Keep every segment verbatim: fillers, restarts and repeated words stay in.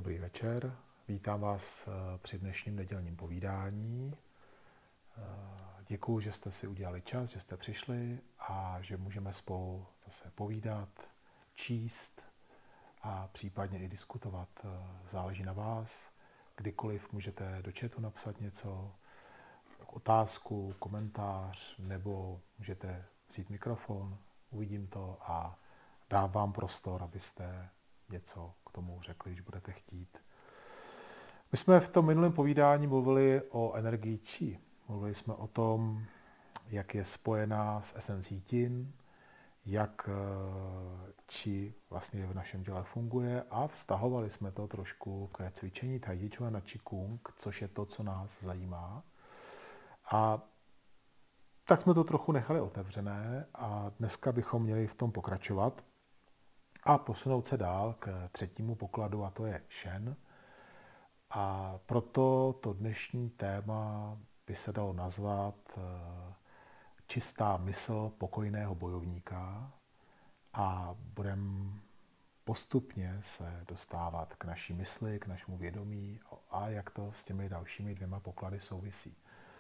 Dobrý večer, vítám vás při dnešním nedělním povídání. Děkuji, že jste si udělali čas, že jste přišli a že můžeme spolu zase povídat, číst a případně i diskutovat. Záleží na vás, kdykoliv můžete do chatu napsat něco, otázku, komentář, nebo můžete vzít mikrofon, uvidím to a dám vám prostor, abyste něco k tomu řekli, když budete chtít. My jsme v tom minulém povídání mluvili o energii Qi. Mluvili jsme o tom, jak je spojená s esencí Yin, jak Qi vlastně v našem těle funguje a vztahovali jsme to trošku k cvičení Tai Chi a Qigong, což je to, co nás zajímá. A tak jsme to trochu nechali otevřené a dneska bychom měli v tom pokračovat a posunout se dál k třetímu pokladu, a to je Shen. A proto to dnešní téma by se dalo nazvat čistá mysl pokojného bojovníka a budeme postupně se dostávat k naší mysli, k našemu vědomí a jak to s těmi dalšími dvěma poklady souvisí.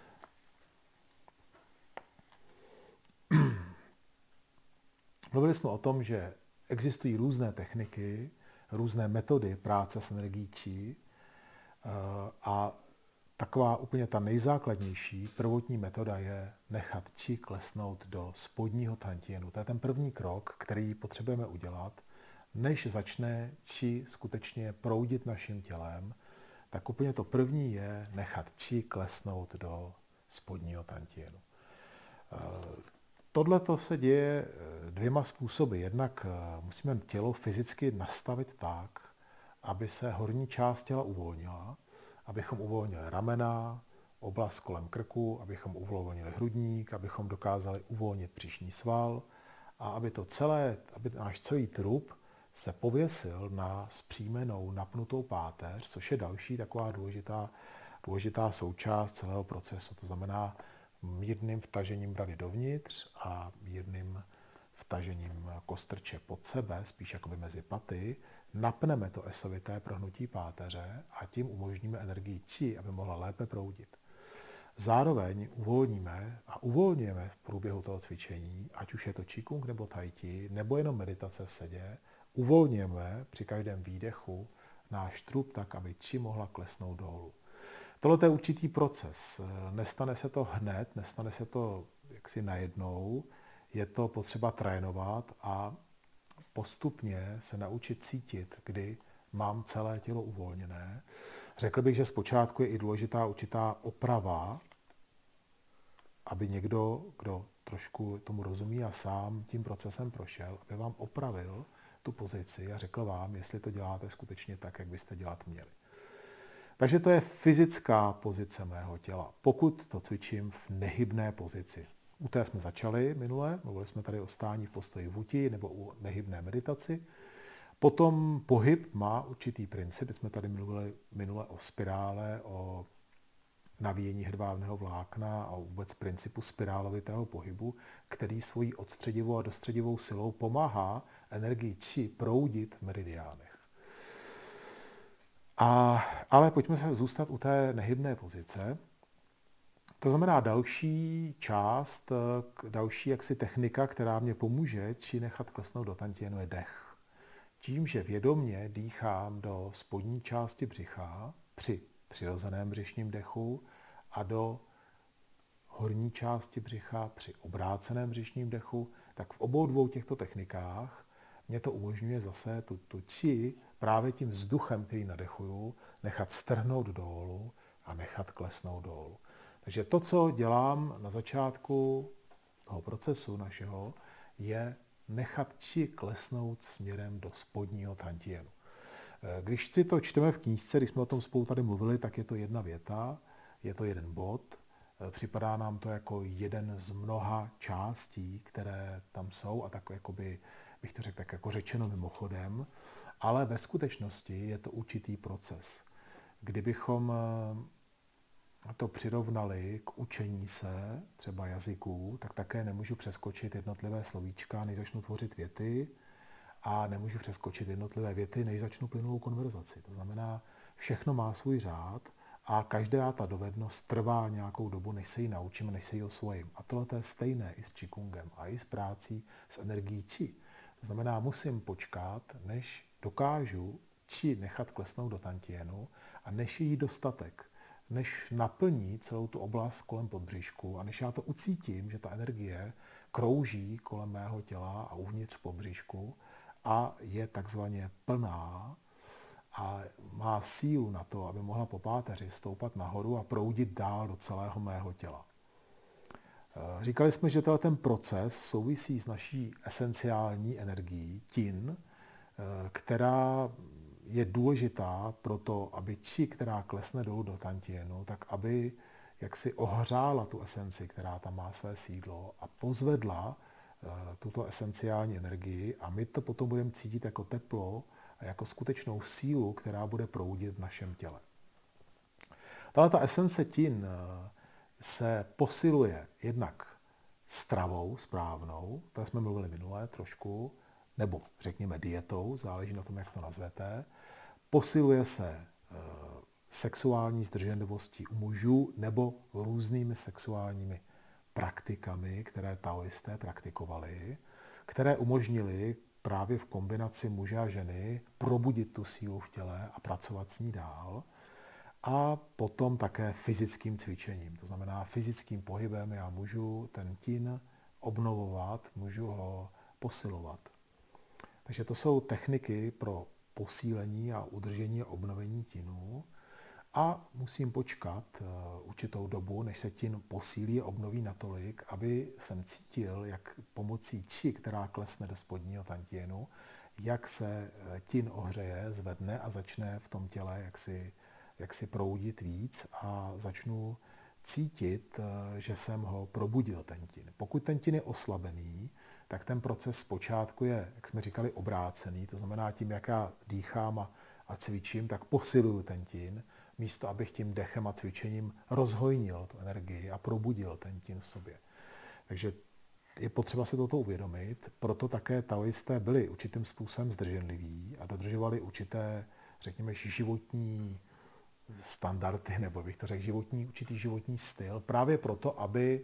Mluvili jsme o tom, že existují různé techniky, různé metody práce s energií Qi a taková úplně ta nejzákladnější prvotní metoda je nechat Qi klesnout do spodního tantienu. To je ten první krok, který potřebujeme udělat, než začne Qi skutečně proudit naším tělem, tak úplně to první je nechat Qi klesnout do spodního tantienu. Tohle to se děje dvěma způsoby. Jednak musíme tělo fyzicky nastavit tak, aby se horní část těla uvolnila, abychom uvolnili ramena, oblast kolem krku, abychom uvolnili hrudník, abychom dokázali uvolnit břišní sval a aby to celé, aby náš celý trup se pověsil na zpřímenou, napnutou páteř, což je další taková důležitá, důležitá součást celého procesu. To znamená mírným vtažením brady dovnitř a mírným vtažením kostrče pod sebe, spíš jakoby mezi paty, napneme to esovité prohnutí páteře a tím umožníme energii Qi, aby mohla lépe proudit. Zároveň uvolníme a uvolňujeme v průběhu toho cvičení, ať už je to Qigong nebo Tai Chi, nebo jenom meditace v sedě, uvolňujeme při každém výdechu náš trup tak, aby Qi mohla klesnout dolů. Tohle je určitý proces. Nestane se to hned, nestane se to jaksi najednou, je to potřeba trénovat a postupně se naučit cítit, kdy mám celé tělo uvolněné. Řekl bych, že zpočátku je i důležitá určitá oprava, aby někdo, kdo trošku tomu rozumí a sám tím procesem prošel, aby vám opravil tu pozici a řekl vám, jestli to děláte skutečně tak, jak byste dělat měli. Takže to je fyzická pozice mého těla, pokud to cvičím v nehybné pozici. U té jsme začali minule, mluvili jsme tady o stání v postoji Wuti nebo u nehybné meditaci. Potom pohyb má určitý princip, jsme tady mluvili minule o spirále, o navíjení hedvábného vlákna a vůbec principu spirálovitého pohybu, který svojí odstředivou a dostředivou silou pomáhá energii Qi proudit v meridiánech. A, ale pojďme se zůstat u té nehybné pozice. To znamená další část, další jaksi technika, která mě pomůže Qi nechat klesnout do tantienu, je dech. Tím, že vědomě dýchám do spodní části břicha při přirozeném břišním dechu a do horní části břicha při obráceném břišním dechu, tak v obou dvou těchto technikách mě to umožňuje zase tu, tu Qi právě tím vzduchem, který nadechuju, nechat strhnout dolů a nechat klesnout dolů. Takže to, co dělám na začátku toho procesu našeho, je nechat Qi klesnout směrem do spodního tantienu. Když si to čteme v knížce, když jsme o tom spolu tady mluvili, tak je to jedna věta, je to jeden bod, připadá nám to jako jeden z mnoha částí, které tam jsou a tak jakoby, bych to řekl tak jako řečeno mimochodem, ale ve skutečnosti je to určitý proces. Kdybychom to přirovnali k učení se, třeba jazyků, tak také nemůžu přeskočit jednotlivé slovíčka, než začnu tvořit věty a nemůžu přeskočit jednotlivé věty, než začnu plynulou konverzaci. To znamená, všechno má svůj řád a každá ta dovednost trvá nějakou dobu, než se ji naučím, než se ji osvojím. A tohle je stejné i s Qigongem a i s prácí s energií Qi. To znamená, musím počkat, než dokážu Qi nechat klesnout do tantienu a než je jí dostatek, než naplní celou tu oblast kolem podbříšku a než já to ucítím, že ta energie krouží kolem mého těla a uvnitř podbříšku a je takzvaně plná a má sílu na to, aby mohla po páteři stoupat nahoru a proudit dál do celého mého těla. Říkali jsme, že ten proces souvisí s naší esenciální energií, tin, která je důležitá pro to, aby Qi, která klesne dolů do tantienu, tak aby jaksi ohřála tu esenci, která tam má své sídlo a pozvedla tuto esenciální energii a my to potom budeme cítit jako teplo a jako skutečnou sílu, která bude proudit v našem těle. Tahle ta esence tin se posiluje jednak stravou správnou, to jsme mluvili minule trošku, nebo řekněme dietou, záleží na tom, jak to nazvete. Posiluje se sexuální zdrženlivostí u mužů nebo různými sexuálními praktikami, které taoisté praktikovali, které umožnili právě v kombinaci muže a ženy probudit tu sílu v těle a pracovat s ní dál. A potom také fyzickým cvičením. To znamená fyzickým pohybem já můžu ten tin obnovovat, můžu ho posilovat. Takže to jsou techniky pro posílení a udržení a obnovení tinu. A musím počkat určitou dobu, než se tin posílí a obnoví natolik, aby jsem cítil, jak pomocí Qi, která klesne do spodního tantienu, jak se tin ohřeje, zvedne a začne v tom těle jaksi, jaksi proudit víc a začnu cítit, že jsem ho probudil, ten tin. Pokud ten tin je oslabený, tak ten proces zpočátku je, jak jsme říkali, obrácený. To znamená, tím, jak já dýchám a, a cvičím, tak posiluju ten tin, místo abych tím dechem a cvičením rozhojnil tu energii a probudil ten tin v sobě. Takže je potřeba se toto uvědomit, proto také taoisté byli určitým způsobem zdrženliví a dodržovali určité, řekněme, životní standardy, nebo bych to řekl, životní, určitý životní styl, právě proto, aby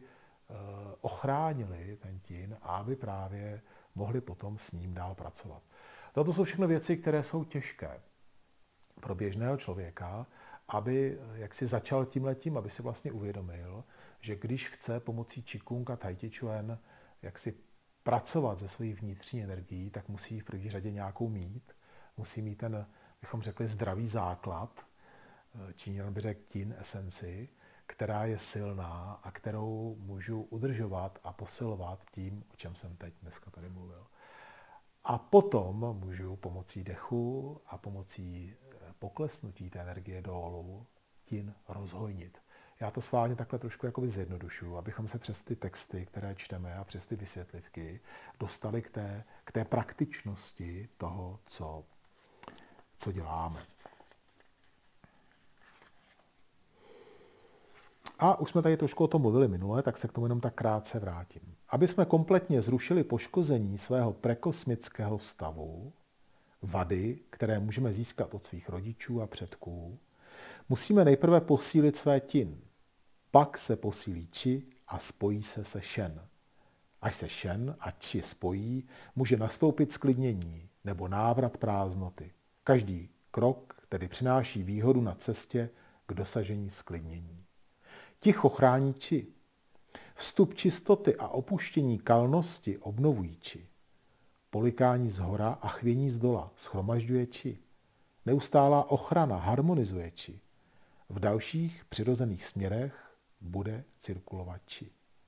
ochránili ten tin a aby právě mohli potom s ním dál pracovat. Toto jsou všechno věci, které jsou těžké pro běžného člověka, aby jak si začal tímhletím, aby si vlastně uvědomil, že když chce pomocí Qigong a Tai Chi Chuan jak si pracovat se svojí vnitřní energií, tak musí v první řadě nějakou mít. Musí mít ten, bychom řekli, zdravý základ, Číňan by řekl tin, esenci, která je silná a kterou můžu udržovat a posilovat tím, o čem jsem teď dneska tady mluvil. A potom můžu pomocí dechu a pomocí poklesnutí té energie dolů tin rozhojnit. Já to sválně takhle trošku jakoby zjednodušuju, abychom se přes ty texty, které čteme a přes ty vysvětlivky dostali k té, k té praktičnosti toho, co, co děláme. A už jsme tady trošku o tom mluvili minule, tak se k tomu jenom tak krátce vrátím. Aby jsme kompletně zrušili poškození svého prekosmického stavu, vady, které můžeme získat od svých rodičů a předků, musíme nejprve posílit své tin. Pak se posílí Qi a spojí se se Shen. Až se Shen a Qi spojí, může nastoupit sklidnění nebo návrat prázdnoty. Každý krok tedy přináší výhodu na cestě k dosažení sklidnění. Ticho chrání Qi. Vstup čistoty a opuštění kalnosti obnovují Qi. Polikání zhora a chvění zdola shromažďuje Qi. Neustálá ochrana harmonizuje Qi. V dalších přirozených směrech bude cirkulovat Qi.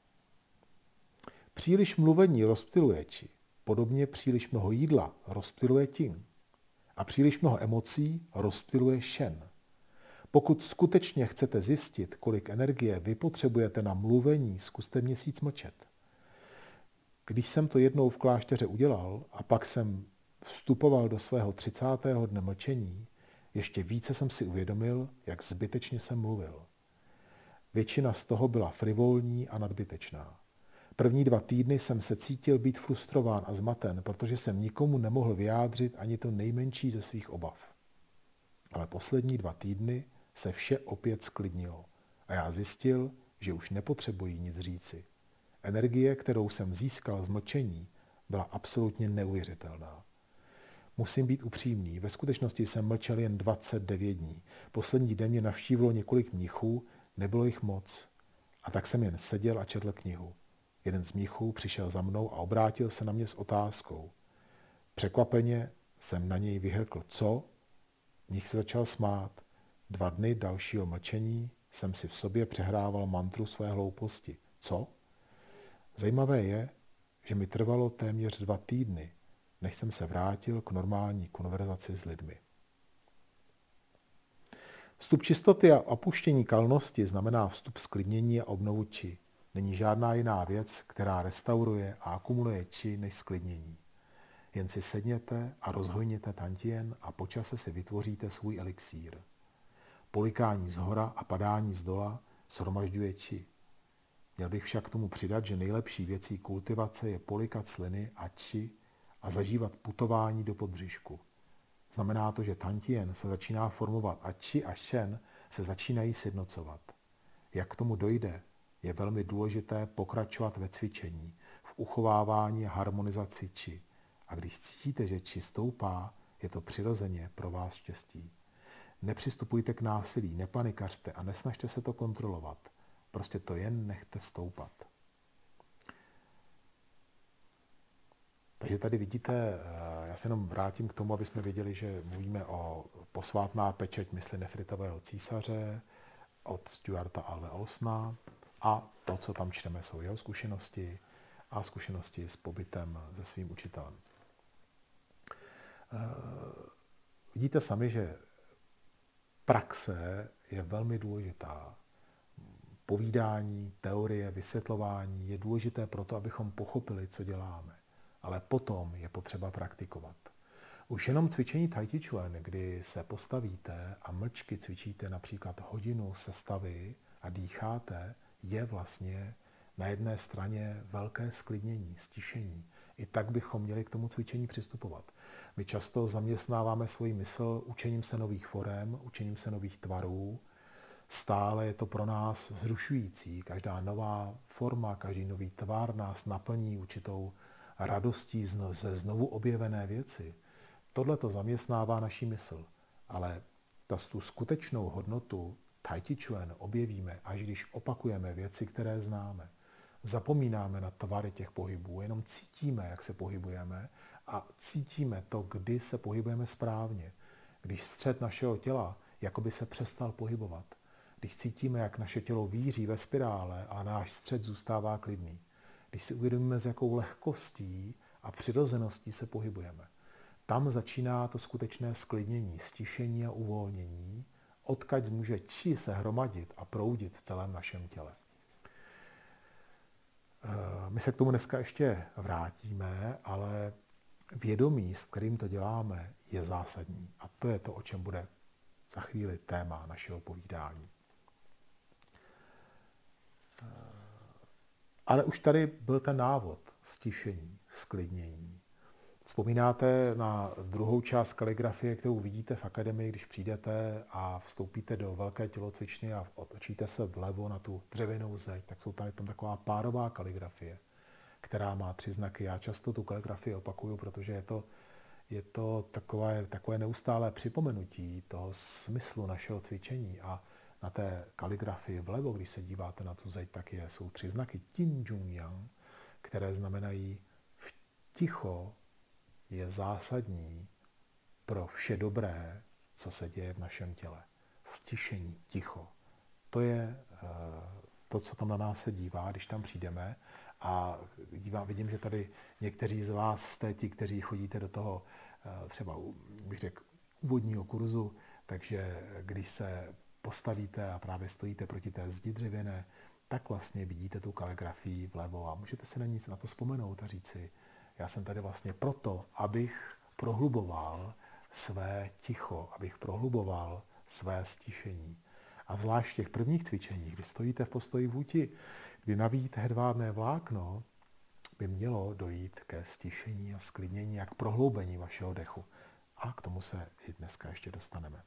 Příliš mluvení rozptyluje Qi. Podobně příliš mnoho jídla rozptyluje Qi. A příliš mnoho emocí rozptyluje Shen. Pokud skutečně chcete zjistit, kolik energie vy potřebujete na mluvení, zkuste měsíc mlčet. Když jsem to jednou v klášteře udělal a pak jsem vstupoval do svého třicátého dne mlčení, ještě více jsem si uvědomil, jak zbytečně jsem mluvil. Většina z toho byla frivolní a nadbytečná. První dva týdny jsem se cítil být frustrován a zmaten, protože jsem nikomu nemohl vyjádřit ani to nejmenší ze svých obav. Ale poslední dva týdny se vše opět sklidnilo a já zjistil, že už nepotřebuji nic říci. Energie, kterou jsem získal z mlčení, byla absolutně neuvěřitelná. Musím být upřímný, ve skutečnosti jsem mlčel jen dvacet devět dní. Poslední den mě navštívilo několik mnichů, nebylo jich moc. A tak jsem jen seděl a četl knihu. Jeden z mnichů přišel za mnou a obrátil se na mě s otázkou. Překvapeně jsem na něj vyhrkl, co? Mnich se začal smát. Dva dny dalšího mlčení jsem si v sobě přehrával mantru své hlouposti. Co? Zajímavé je, že mi trvalo téměř dva týdny, než jsem se vrátil k normální konverzaci s lidmi. Vstup čistoty a opuštění kalnosti znamená vstup sklidnění a obnovu či. Není žádná jiná věc, která restauruje a akumuluje či než sklidnění. Jen si sedněte a rozhojněte tantien a po čase si vytvoříte svůj elixír. Polikání zhora a padání z dola shromažďuje či. Měl bych však k tomu přidat, že nejlepší věcí kultivace je polikat sliny a či a zažívat putování do podbřišku. Znamená to, že tantien se začíná formovat a či a shen se začínají sjednocovat. Jak k tomu dojde, je velmi důležité pokračovat ve cvičení, v uchovávání a harmonizaci či. A když cítíte, že či stoupá, je to přirozeně pro vás štěstí. Nepřistupujte k násilí, nepanikařte a nesnažte se to kontrolovat. Prostě to jen nechte stoupat. Takže tady vidíte, já se jenom vrátím k tomu, aby jsme věděli, že mluvíme o posvátná pečeť mysli nefritového císaře od Stuarta Alve Olsona a to, co tam čteme, jsou jeho zkušenosti a zkušenosti s pobytem se svým učitelem. Vidíte sami, že praxe je velmi důležitá. Povídání, teorie, vysvětlování je důležité proto, abychom pochopili, co děláme. Ale potom je potřeba praktikovat. Už jenom cvičení Tai Chi Chuan, kdy se postavíte a mlčky cvičíte například hodinu sestavy a dýcháte, je vlastně na jedné straně velké sklidnění, stišení. I tak bychom měli k tomu cvičení přistupovat. My často zaměstnáváme svoji mysl učením se nových forem, učením se nových tvarů. Stále je to pro nás vzrušující. Každá nová forma, každý nový tvar nás naplní určitou radostí ze znovu objevené věci. Tohle to zaměstnává naši mysl. Ale ta, tu skutečnou hodnotu Tai Chi Chuan objevíme, až když opakujeme věci, které známe. Zapomínáme na tvary těch pohybů, jenom cítíme, jak se pohybujeme a cítíme to, kdy se pohybujeme správně. Když střed našeho těla jakoby se přestal pohybovat. Když cítíme, jak naše tělo víří ve spirále, ale náš střed zůstává klidný. Když si uvědomíme, s jakou lehkostí a přirozeností se pohybujeme. Tam začíná to skutečné sklidnění, stišení a uvolnění, odkud může či se hromadit a proudit v celém našem těle. My se k tomu dneska ještě vrátíme, ale vědomí, s kterým to děláme, je zásadní. A to je to, o čem bude za chvíli téma našeho povídání. Ale už tady byl ten návod, stišení, sklidnění. Vzpomínáte na druhou část kaligrafie, kterou vidíte v akademii, když přijdete a vstoupíte do velké tělocvičny a otočíte se vlevo na tu dřevěnou zeď, tak jsou tady tam taková párová kaligrafie, která má tři znaky. Já často tu kaligrafii opakuju, protože je to, je to takové, takové neustálé připomenutí toho smyslu našeho cvičení. A na té kaligrafii vlevo, když se díváte na tu zeď, tak je, jsou tři znaky Tin Jun Yang, které znamenají v ticho je zásadní pro vše dobré, co se děje v našem těle. Stišení, ticho. To je uh, to, co tam na nás se dívá, když tam přijdeme. A dívám, vidím, že tady někteří z vás jste ti, kteří chodíte do toho uh, třeba, bych řekl, úvodního kurzu, takže když se postavíte a právě stojíte proti té zdi dřevěné, tak vlastně vidíte tu kaligrafii vlevo a můžete si na nic na to vzpomenout a říci, já jsem tady vlastně proto, abych prohluboval své ticho, abych prohluboval své stišení. A zvlášť v těch prvních cvičeních, kdy stojíte v postoji vůti, kdy navíte hedvábné vlákno, by mělo dojít ke stišení a sklidnění a k prohloubení vašeho dechu. A k tomu se i dneska ještě dostaneme.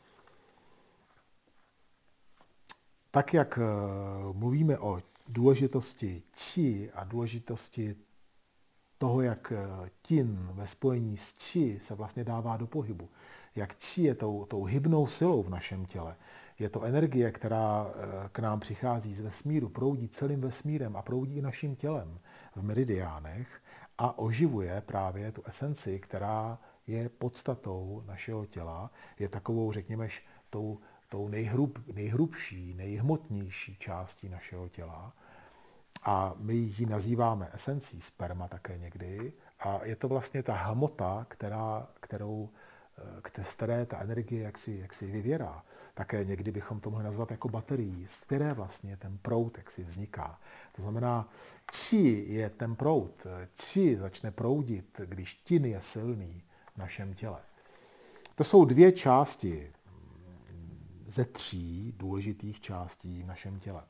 Tak, jak mluvíme o důležitosti či a důležitosti toho, jak tin ve spojení s či se vlastně dává do pohybu, jak či je tou, tou hybnou silou v našem těle, je to energie, která k nám přichází z vesmíru, proudí celým vesmírem a proudí i naším tělem v meridiánech a oživuje právě tu esenci, která je podstatou našeho těla, je takovou, řekněme, tou, tou nejhrub, nejhrubší, nejhmotnější částí našeho těla. A my ji nazýváme esencí sperma také někdy. A je to vlastně ta hmota, která, kterou, z které ta energie jaksi, jaksi vyvěrá. Také někdy bychom to mohli nazvat jako baterií, z které vlastně ten proud jaksi vzniká. To znamená, či je ten proud, či začne proudit, když tin je silný v našem těle. To jsou dvě části ze tří důležitých částí v našem těle.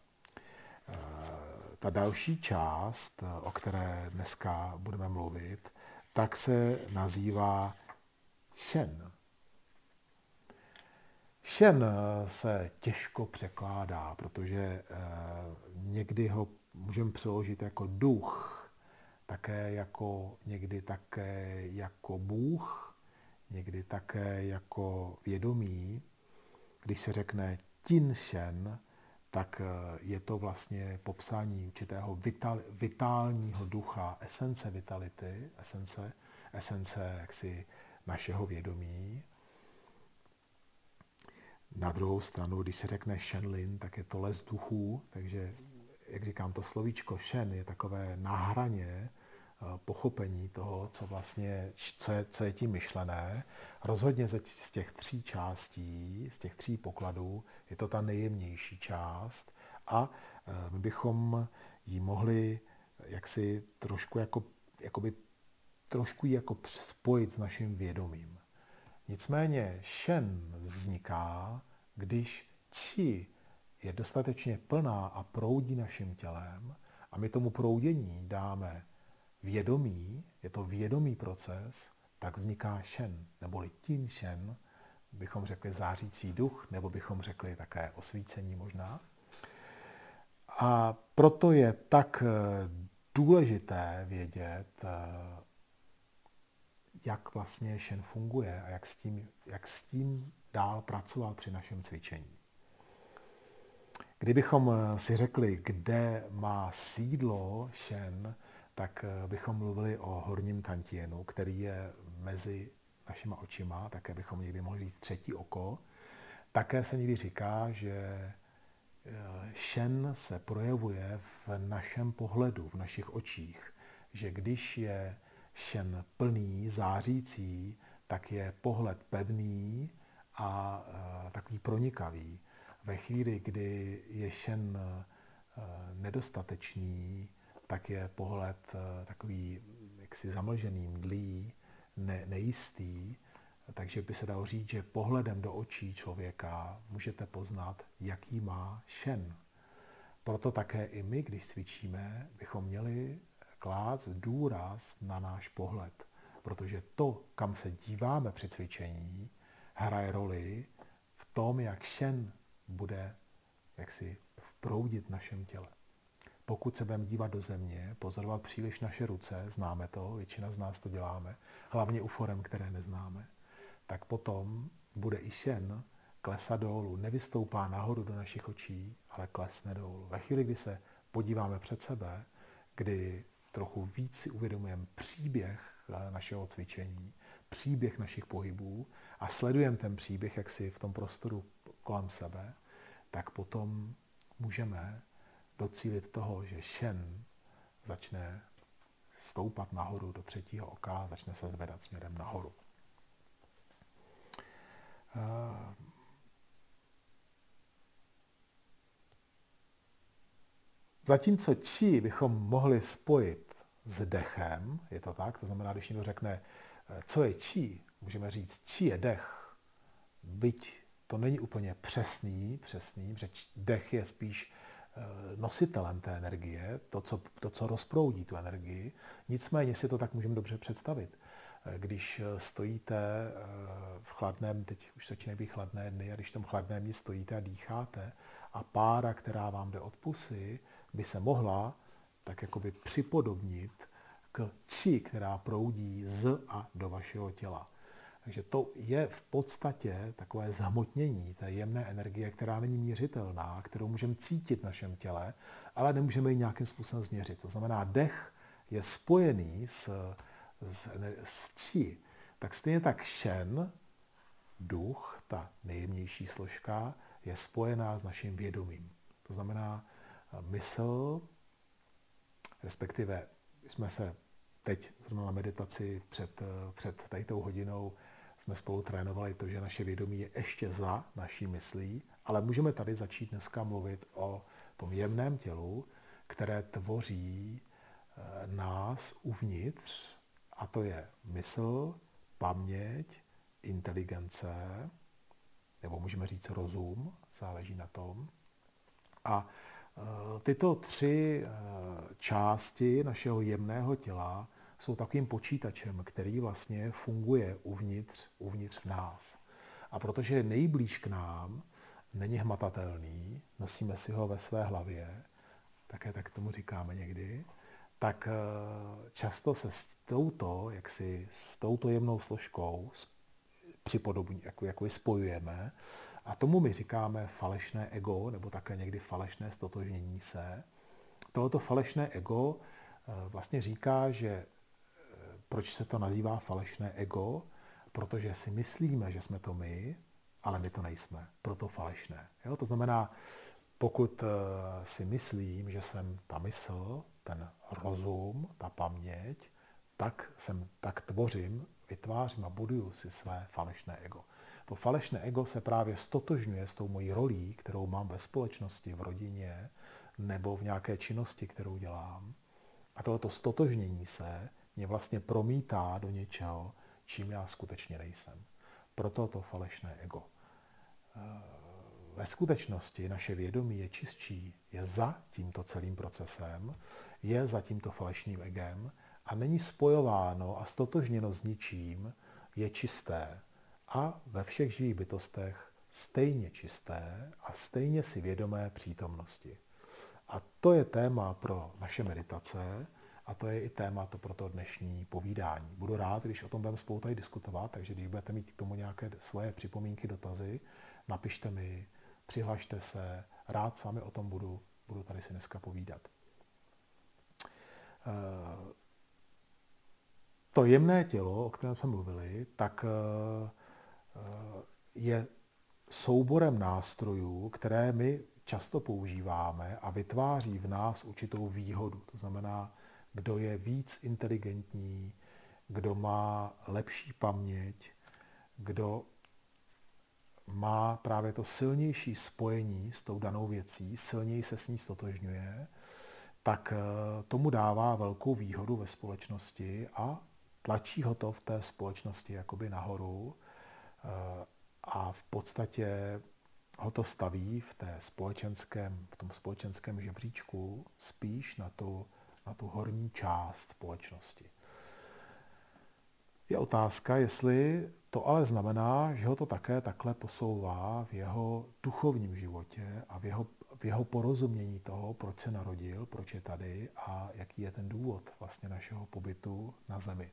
Ta další část, o které dneska budeme mluvit, tak se nazývá Shen. Shen se těžko překládá, protože někdy ho můžeme přeložit jako duch, také jako, někdy také jako Bůh, někdy také jako vědomí. Když se řekne Tin Shen, tak je to vlastně popsání určitého vital, vitálního ducha, esence vitality, esence, esence jaksi našeho vědomí. Na druhou stranu, když se řekne Shenlin, tak je to les duchů, takže, jak říkám, to slovíčko Shen je takové na hraně pochopení toho, co vlastně, co je, co je tím myšlené. Rozhodně z těch tří částí, z těch tří pokladů, je to ta nejjemnější část a my bychom ji mohli jaksi trošku jako, jakoby trošku ji jako spojit s naším vědomím. Nicméně Shen vzniká, když či je dostatečně plná a proudí naším tělem a my tomu proudění dáme vědomí, je to vědomý proces, tak vzniká Shen, neboli Tin Shen, bychom řekli zářící duch, nebo bychom řekli také osvícení možná. A proto je tak důležité vědět, jak vlastně Shen funguje a jak s tím, jak s tím dál pracovat při našem cvičení. Kdybychom si řekli, kde má sídlo Shen, tak bychom mluvili o horním tantienu, který je mezi našima očima, také bychom někdy mohli říct třetí oko. Také se někdy říká, že Shen se projevuje v našem pohledu, v našich očích, že když je Shen plný, zářící, tak je pohled pevný a takový pronikavý. Ve chvíli, kdy je Shen nedostatečný, tak je pohled takový jaksi zamlžený, mdlý, ne, nejistý. Takže by se dalo říct, že pohledem do očí člověka můžete poznat, jaký má Shen. Proto také i my, když cvičíme, bychom měli klást důraz na náš pohled. Protože to, kam se díváme při cvičení, hraje roli v tom, jak Shen bude jaksi proudit v našem těle. Pokud se budeme dívat do země, pozorovat příliš naše ruce, známe to, většina z nás to děláme, hlavně u forem, které neznáme, tak potom bude i Shen klesat dolů, nevystoupá nahoru do našich očí, ale klesne dolů. Ve chvíli, kdy se podíváme před sebe, kdy trochu víc si uvědomujeme příběh našeho cvičení, příběh našich pohybů a sledujeme ten příběh, jak si v tom prostoru kolem sebe, tak potom můžeme docílit toho, že Shen začne stoupat nahoru do třetího oka, začne se zvedat směrem nahoru. Zatímco Qi bychom mohli spojit s dechem, je to tak, to znamená, když někdo řekne, co je Qi, můžeme říct, Qi je dech, byť to není úplně přesný, přesný, protože dech je spíš nositelem té energie, to co, to, co rozproudí tu energii. Nicméně si to tak můžeme dobře představit. Když stojíte v chladném, teď už začínají být chladné dny, a když v tom chladném dni stojíte a dýcháte a pára, která vám jde od pusy, by se mohla tak jakoby připodobnit k či, která proudí z a do vašeho těla. Takže to je v podstatě takové zhmotnění té jemné energie, která není měřitelná, kterou můžeme cítit v našem těle, ale nemůžeme ji nějakým způsobem změřit. To znamená, dech je spojený s, s, s či. Tak stejně tak shen, duch, ta nejjemnější složka, je spojená s naším vědomím. To znamená, mysl, respektive jsme se teď zrovna na meditaci před, před tady tou hodinou jsme spolu trénovali to, že naše vědomí je ještě za naší myslí, ale můžeme tady začít dneska mluvit o tom jemném tělu, které tvoří nás uvnitř, a to je mysl, paměť, inteligence, nebo můžeme říct rozum, záleží na tom. A tyto tři části našeho jemného těla jsou takovým počítačem, který vlastně funguje uvnitř, uvnitř v nás. A protože je nejblíž k nám, není hmatatelný, nosíme si ho ve své hlavě, také tak tomu říkáme někdy, tak často se s touto, jaksi, s touto jemnou složkou připodobně, jako, jako spojujeme. A tomu my říkáme falešné ego, nebo také někdy falešné stotožnění se. Tohoto falešné ego vlastně říká, že proč se to nazývá falešné ego? Protože si myslíme, že jsme to my, ale my to nejsme. Proto falešné. Jo? To znamená, pokud si myslím, že jsem ta mysl, ten rozum, ta paměť, tak, jsem, tak tvořím, vytvářím a buduju si své falešné ego. To falešné ego se právě stotožňuje s tou mojí rolí, kterou mám ve společnosti, v rodině nebo v nějaké činnosti, kterou dělám. A tohleto stotožnění se mě vlastně promítá do něčeho, čím já skutečně nejsem. Proto to falešné ego. Ve skutečnosti naše vědomí je čistší, je za tímto celým procesem, je za tímto falešným egem a není spojováno a stotožněno s ničím, je čisté a ve všech živých bytostech stejně čisté a stejně si vědomé přítomnosti. A to je téma pro naše meditace a to je i téma to pro to dnešní povídání. Budu rád, když o tom budeme spolu tady diskutovat, takže když budete mít k tomu nějaké svoje připomínky, dotazy, napište mi, přihlašte se, rád s vámi o tom budu, budu tady si dneska povídat. To jemné tělo, o kterém jsme mluvili, tak je souborem nástrojů, které my často používáme a vytváří v nás určitou výhodu. To znamená, kdo je víc inteligentní, kdo má lepší paměť, kdo má právě to silnější spojení s tou danou věcí, silněji se s ní stotožňuje, tak tomu dává velkou výhodu ve společnosti a tlačí ho to v té společnosti jakoby nahoru a v podstatě ho to staví v, té společenském, v tom společenském žebříčku spíš na tu, na tu horní část společnosti. Je otázka, jestli to ale znamená, že ho to také takhle posouvá v jeho duchovním životě a v jeho, v jeho porozumění toho, proč se narodil, proč je tady a jaký je ten důvod vlastně našeho pobytu na Zemi.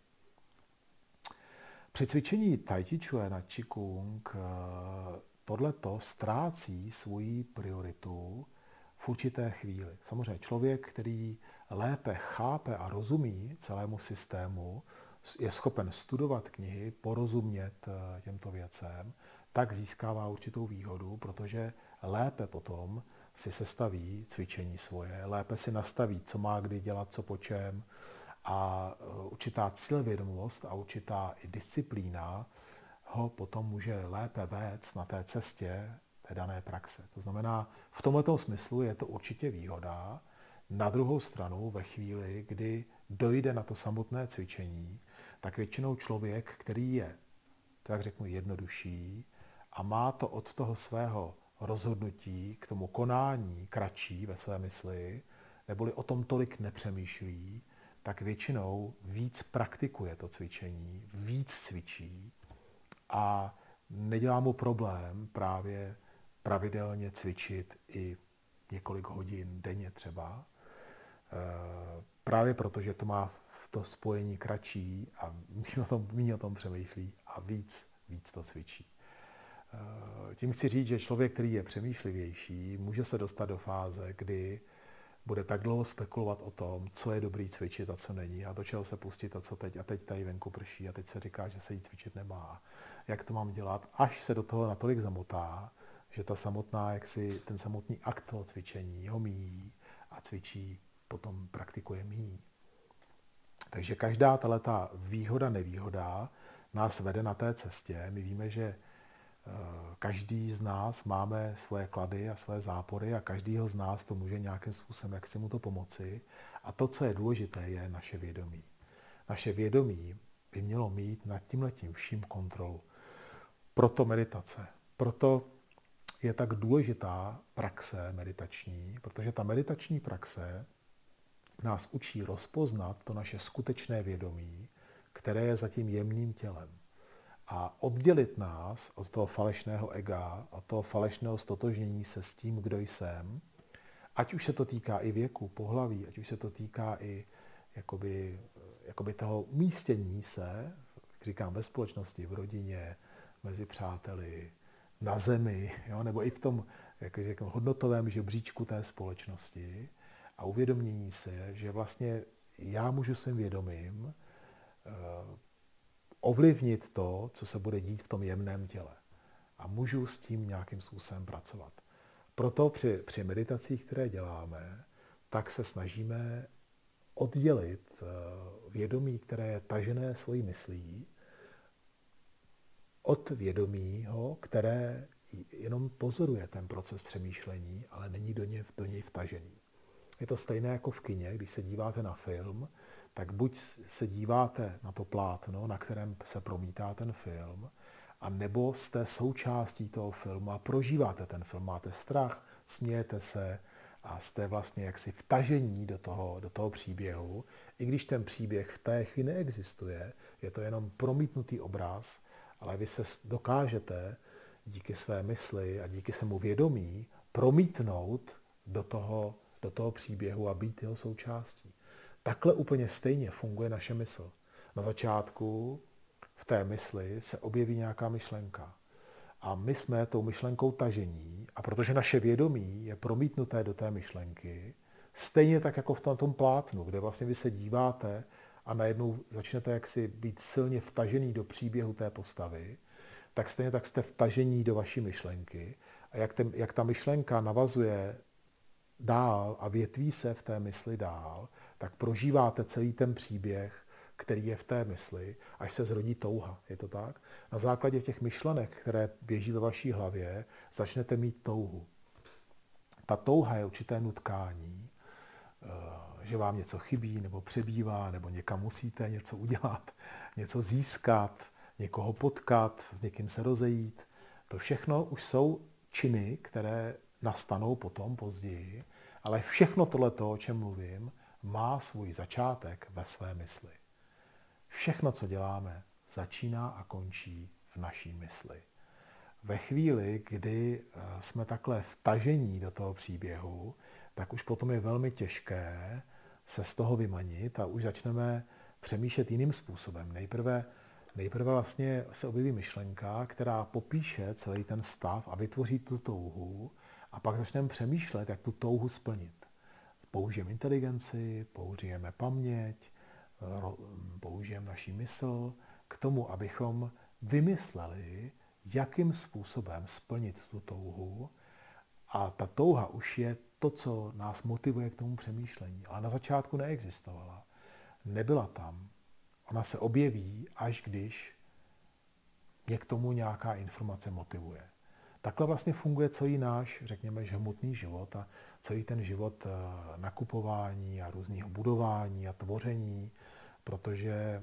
Při cvičení Tai Chi Chuan a Qigong tohleto ztrácí svoji prioritu v určité chvíli. Samozřejmě člověk, který lépe chápe a rozumí celému systému, je schopen studovat knihy, porozumět těmto věcem, tak získává určitou výhodu, protože lépe potom si sestaví cvičení svoje, lépe si nastaví, co má kdy dělat, co po čem, a určitá cílevědomost a určitá i disciplína ho potom může lépe vést na té cestě té dané praxe. To znamená, v tomto smyslu je to určitě výhoda. Na druhou stranu, ve chvíli, kdy dojde na to samotné cvičení, tak většinou člověk, který je, tak řeknu, jednodušší a má to od toho svého rozhodnutí, k tomu konání kratší ve své mysli, neboli o tom tolik nepřemýšlí, tak většinou víc praktikuje to cvičení, víc cvičí a nedělá mu problém právě pravidelně cvičit i několik hodin denně třeba. Právě proto, že to má v to spojení kratší a méně o tom, méně o tom přemýšlí a víc, víc to cvičí. Tím chci říct, že člověk, který je přemýšlivější, může se dostat do fáze, kdy bude tak dlouho spekulovat o tom, co je dobrý cvičit a co není a do čeho se pustit a co teď. A teď tady venku prší a teď se říká, že se jí cvičit nemá. Jak to mám dělat? Až se do toho natolik zamotá, že ta samotná, jaksi, ten samotný akt toho cvičení ho míjí a cvičí, potom praktikuje míjí. Takže každá tato výhoda, nevýhoda nás vede na té cestě. My víme, že každý z nás máme svoje klady a své zápory a každýho z nás to může nějakým způsobem, jak si mu to pomoci. A to, co je důležité, je naše vědomí. Naše vědomí by mělo mít nad tímhletím vším kontrolu. Proto meditace. Proto je tak důležitá praxe meditační, protože ta meditační praxe nás učí rozpoznat to naše skutečné vědomí, které je za tím jemným tělem. A oddělit nás od toho falešného ega, od toho falešného stotožnění se s tím, kdo jsem, ať už se to týká i věku, pohlaví, ať už se to týká i jakoby, jakoby toho umístění se, jak říkám, ve společnosti, v rodině, mezi přáteli, na zemi, jo, nebo i v tom jak řeknu, hodnotovém žebříčku té společnosti a uvědomění se, že vlastně já můžu svým vědomím ovlivnit to, co se bude dít v tom jemném těle. A můžu s tím nějakým způsobem pracovat. Proto při, při meditacích, které děláme, tak se snažíme oddělit vědomí, které je tažené svojí myslí, od vědomího, které jenom pozoruje ten proces přemýšlení, ale není do něj, do něj vtažený. Je to stejné jako v kině, když se díváte na film, tak buď se díváte na to plátno, na kterém se promítá ten film, a nebo jste součástí toho filmu a prožíváte ten film. Máte strach, smějete se a jste vlastně jaksi vtažení do toho, do toho příběhu. I když ten příběh v té chvíli neexistuje, je to jenom promítnutý obraz, ale vy se dokážete díky své mysli a díky svému vědomí promítnout do toho, do toho příběhu a být jeho součástí. Takhle úplně stejně funguje naše mysl. Na začátku v té mysli se objeví nějaká myšlenka. A my jsme tou myšlenkou tažení, a protože naše vědomí je promítnuté do té myšlenky, stejně tak jako v tom, tom plátnu, kde vlastně vy se díváte a najednou začnete jaksi být silně vtažený do příběhu té postavy, tak stejně tak jste vtažení do vaší myšlenky. A jak, ten, jak ta myšlenka navazuje dál a větví se v té mysli dál, tak prožíváte celý ten příběh, který je v té mysli, až se zrodí touha. Je to tak? Na základě těch myšlenek, které běží ve vaší hlavě, začnete mít touhu. Ta touha je určité nutkání, že vám něco chybí, nebo přebývá, nebo někam musíte něco udělat, něco získat, někoho potkat, s někým se rozejít. To všechno už jsou činy, které nastanou potom, později, ale všechno tohleto, o čem mluvím, má svůj začátek ve své mysli. Všechno, co děláme, začíná a končí v naší mysli. Ve chvíli, kdy jsme takhle vtažení do toho příběhu, tak už potom je velmi těžké se z toho vymanit a už začneme přemýšlet jiným způsobem. Nejprve, nejprve vlastně se objeví myšlenka, která popíše celý ten stav a vytvoří tu touhu, a pak začneme přemýšlet, jak tu touhu splnit. Použijeme inteligenci, použijeme paměť, použijeme naši mysl k tomu, abychom vymysleli, jakým způsobem splnit tu touhu. A ta touha už je to, co nás motivuje k tomu přemýšlení. Ale na začátku neexistovala. Nebyla tam. Ona se objeví, až když mě k tomu nějaká informace motivuje. Takhle vlastně funguje celý náš, řekněme, hmotný život a celý ten život nakupování a různého budování a tvoření, protože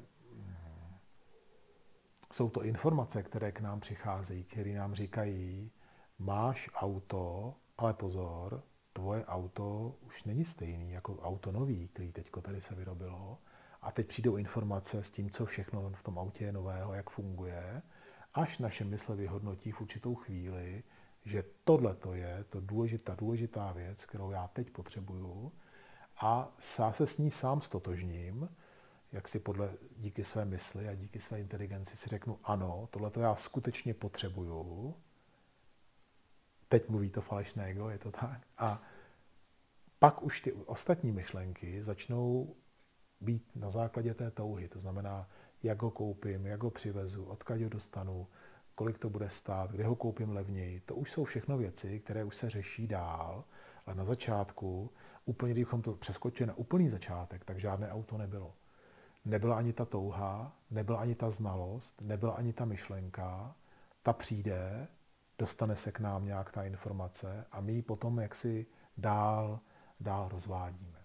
jsou to informace, které k nám přicházejí, které nám říkají, máš auto, ale pozor, tvoje auto už není stejný jako auto nový, který teďko tady se vyrobilo. A teď přijdou informace s tím, co všechno v tom autě je nového, jak funguje, až naše mysl vyhodnotí v určitou chvíli, že tohle to je to důležitá, důležitá věc, kterou já teď potřebuju, a já se s ní sám stotožním, jak si podle, díky své mysli a díky své inteligenci si řeknu, ano, tohle to já skutečně potřebuju. Teď mluví to falešné ego, je to tak. A pak už ty ostatní myšlenky začnou být na základě té touhy. To znamená, jak ho koupím, jak ho přivezu, odkud ho dostanu, kolik to bude stát, kde ho koupím levněji. To už jsou všechno věci, které už se řeší dál, ale na začátku, úplně kdybychom to přeskočili na úplný začátek, tak žádné auto nebylo. Nebyla ani ta touha, nebyla ani ta znalost, nebyla ani ta myšlenka. Ta přijde, dostane se k nám nějak ta informace a my ji potom jaksi dál, dál rozvádíme.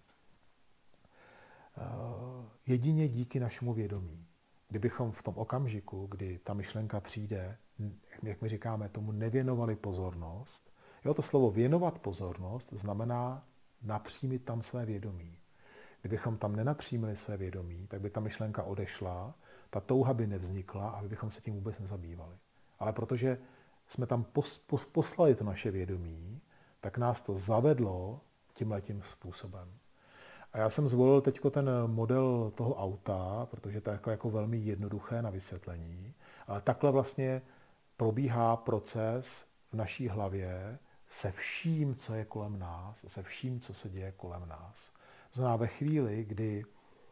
Jedině díky našemu vědomí. Kdybychom v tom okamžiku, kdy ta myšlenka přijde, jak my říkáme, tomu nevěnovali pozornost. Jo, to slovo věnovat pozornost znamená napřímit tam své vědomí. Kdybychom tam nenapřímili své vědomí, tak by ta myšlenka odešla, ta touha by nevznikla a my bychom se tím vůbec nezabývali. Ale protože jsme tam pos, pos, poslali to naše vědomí, tak nás to zavedlo tímhletím způsobem. A já jsem zvolil teď ten model toho auta, protože to je jako, jako velmi jednoduché na vysvětlení, ale takhle vlastně probíhá proces v naší hlavě se vším, co je kolem nás, se vším, co se děje kolem nás. To znamená, ve chvíli, kdy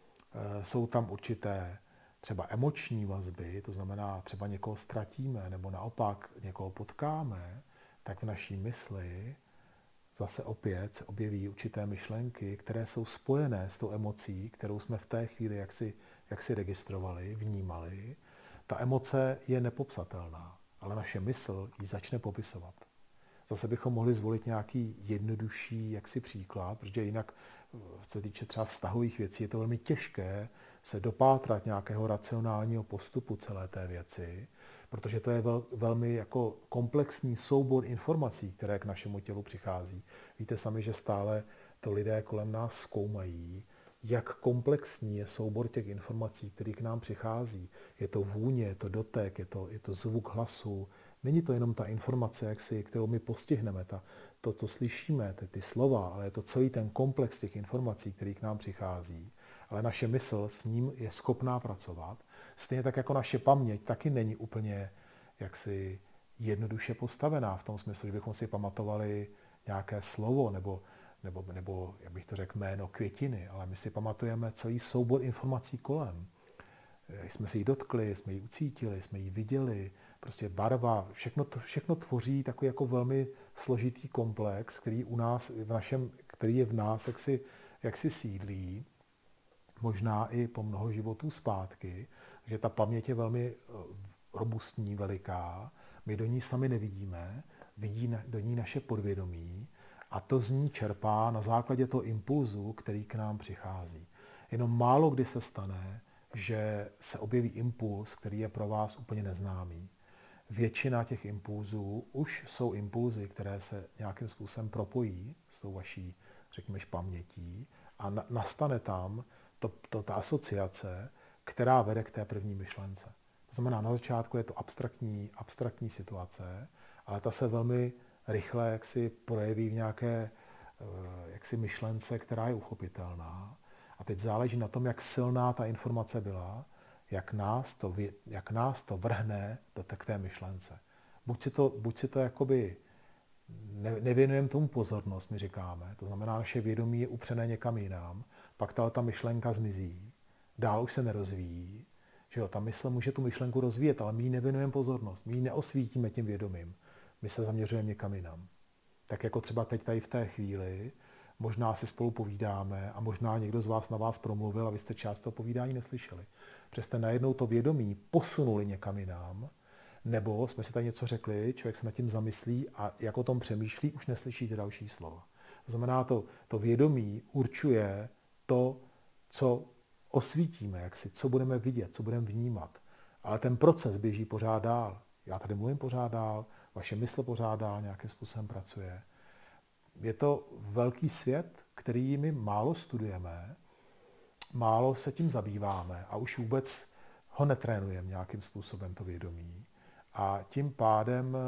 e, jsou tam určité třeba emoční vazby, to znamená, třeba někoho ztratíme nebo naopak někoho potkáme, tak v naší mysli zase opět se objeví určité myšlenky, které jsou spojené s tou emocí, kterou jsme v té chvíli jaksi, jaksi registrovali, vnímali. Ta emoce je nepopsatelná, ale naše mysl ji začne popisovat. Zase bychom mohli zvolit nějaký jednodušší jaksi příklad, protože jinak, co se týče třeba vztahových věcí, je to velmi těžké se dopátrat nějakého racionálního postupu celé té věci, protože to je vel, velmi jako komplexní soubor informací, které k našemu tělu přichází. Víte sami, že stále to lidé kolem nás zkoumají, jak komplexní je soubor těch informací, který k nám přichází. Je to vůně, je to dotek, je to, je to zvuk hlasu. Není to jenom ta informace, jak si, kterou my postihneme, ta, to, co slyšíme, ty, ty slova, ale je to celý ten komplex těch informací, který k nám přichází. Ale naše mysl s ním je schopná pracovat. Stejně tak jako naše paměť taky není úplně jaksi jednoduše postavená v tom smyslu, že bychom si pamatovali nějaké slovo nebo, nebo, nebo jak bych to řekl, jméno květiny, ale my si pamatujeme celý soubor informací kolem. Jsme se jí dotkli, jsme ji ucítili, jsme ji viděli, prostě barva, všechno, to, všechno tvoří takový jako velmi složitý komplex, který, u nás, v našem, který je v nás jaksi, jaksi sídlí, možná i po mnoho životů zpátky, že ta paměť je velmi robustní, veliká, my do ní sami nevidíme, vidí do ní naše podvědomí a to z ní čerpá na základě toho impulzu, který k nám přichází. Jenom málo kdy se stane, že se objeví impuls, který je pro vás úplně neznámý. Většina těch impulzů už jsou impulzy, které se nějakým způsobem propojí s tou vaší, řekněme, pamětí a na, nastane tam to, to, ta asociace, která vede k té první myšlence. To znamená, na začátku je to abstraktní, abstraktní situace, ale ta se velmi rychle jaksi projeví v nějaké jaksi myšlence, která je uchopitelná. A teď záleží na tom, jak silná ta informace byla, jak nás to, jak nás to vrhne do té myšlence. Buď si to, buď si to jakoby ne, nevěnujeme tomu pozornost, my říkáme, to znamená, naše vědomí je upřené někam jinam, pak ta, ta myšlenka zmizí, dál už se nerozvíjí, že jo, ta mysl může tu myšlenku rozvíjet, ale my jí nevěnujeme pozornost, my ji neosvítíme tím vědomím, my se zaměřujeme někam jinam. Tak jako třeba teď tady v té chvíli, možná si spolu povídáme a možná někdo z vás na vás promluvil a vy jste část toho povídání neslyšeli. Přesto najednou to vědomí posunuli někam jinam, nebo jsme si tady něco řekli, člověk se nad tím zamyslí a jak o tom přemýšlí, už neslyší ty další slova. To znamená, to, to vědomí určuje to, co osvítíme, jak si, co budeme vidět, co budeme vnímat. Ale ten proces běží pořád dál. Já tady mluvím pořád dál, vaše mysl pořád dál nějakým způsobem pracuje. Je to velký svět, který my málo studujeme, málo se tím zabýváme a už vůbec ho netrénujeme nějakým způsobem, to vědomí. A tím pádem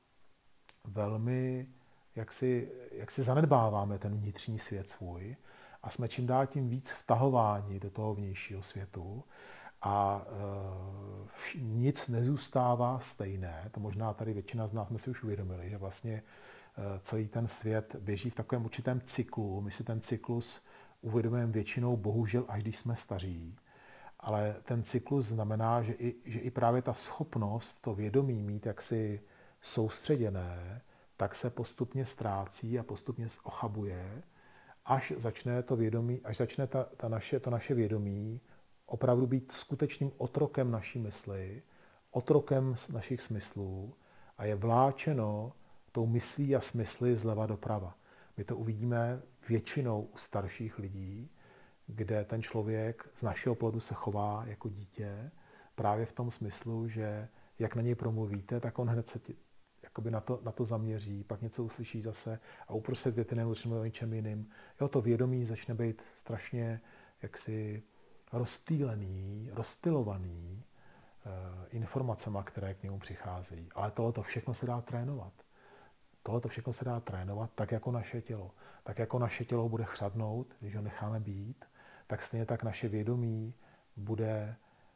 velmi jaksi, jaksi zanedbáváme ten vnitřní svět svůj a jsme čím dál tím víc vtahováni do toho vnějšího světu a e, nic nezůstává stejné. To možná tady většina z nás jsme si už uvědomili, že vlastně e, celý ten svět běží v takovém určitém cyklu. My si ten cyklus uvědomujeme většinou bohužel, až když jsme staří. Ale ten cyklus znamená, že i, že i právě ta schopnost, to vědomí mít jaksi soustředěné, tak se postupně ztrácí a postupně ochabuje, až začne to vědomí, až začne ta, ta naše, to naše vědomí opravdu být skutečným otrokem naší mysli, otrokem našich smyslů a je vláčeno tou myslí a smysly zleva doprava. My to uvidíme většinou u starších lidí, kde ten člověk z našeho pohledu se chová jako dítě, právě v tom smyslu, že jak na něj promluvíte, tak on hned se tě, jakoby na to, na to zaměří, pak něco uslyší zase a uprostřed věty nemusíme o něčem jiným. Jo, to vědomí začne být strašně jaksi rozptýlený, rozptylovaný eh, informacema, které k němu přicházejí. Ale tohle to všechno se dá trénovat. Tohle to všechno se dá trénovat tak jako naše tělo. Tak jako naše tělo bude chřadnout, když ho necháme být, tak stejně tak naše vědomí bude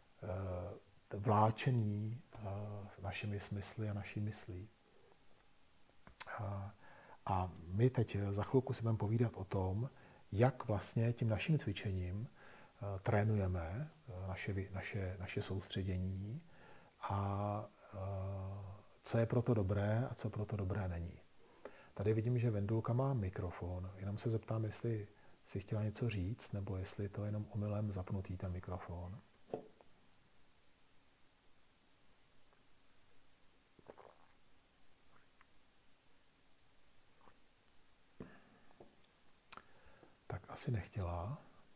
uh, vláčený uh, našimi smysly a naší myslí. Uh, a my teď za chvilku si budeme povídat o tom, jak vlastně tím naším cvičením uh, trénujeme uh, naše, naše, naše soustředění a uh, co je proto dobré a co proto dobré není. Tady vidím, že Vendulka má mikrofon. Jenom se zeptám, jestli si chtěla něco říct, nebo jestli to je jenom omylem zapnutý ten mikrofon. Tak asi nechtěla.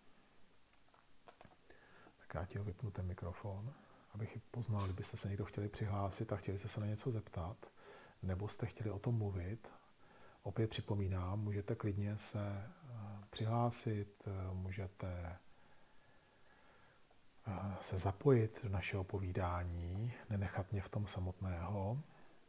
Tak já ti ho vypnu ten mikrofon, abych poznal, kdybyste se někdo chtěli přihlásit a chtěli jste se na něco zeptat, nebo jste chtěli o tom mluvit. Opět připomínám, můžete klidně se přihlásit, můžete se zapojit do našeho povídání, nenechat mě v tom samotného.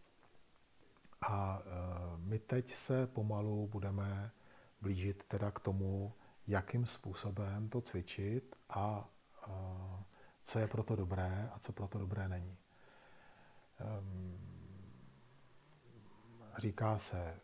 A my teď se pomalu budeme blížit teda k tomu, jakým způsobem to cvičit a co je proto dobré a co proto dobré není. Říká se,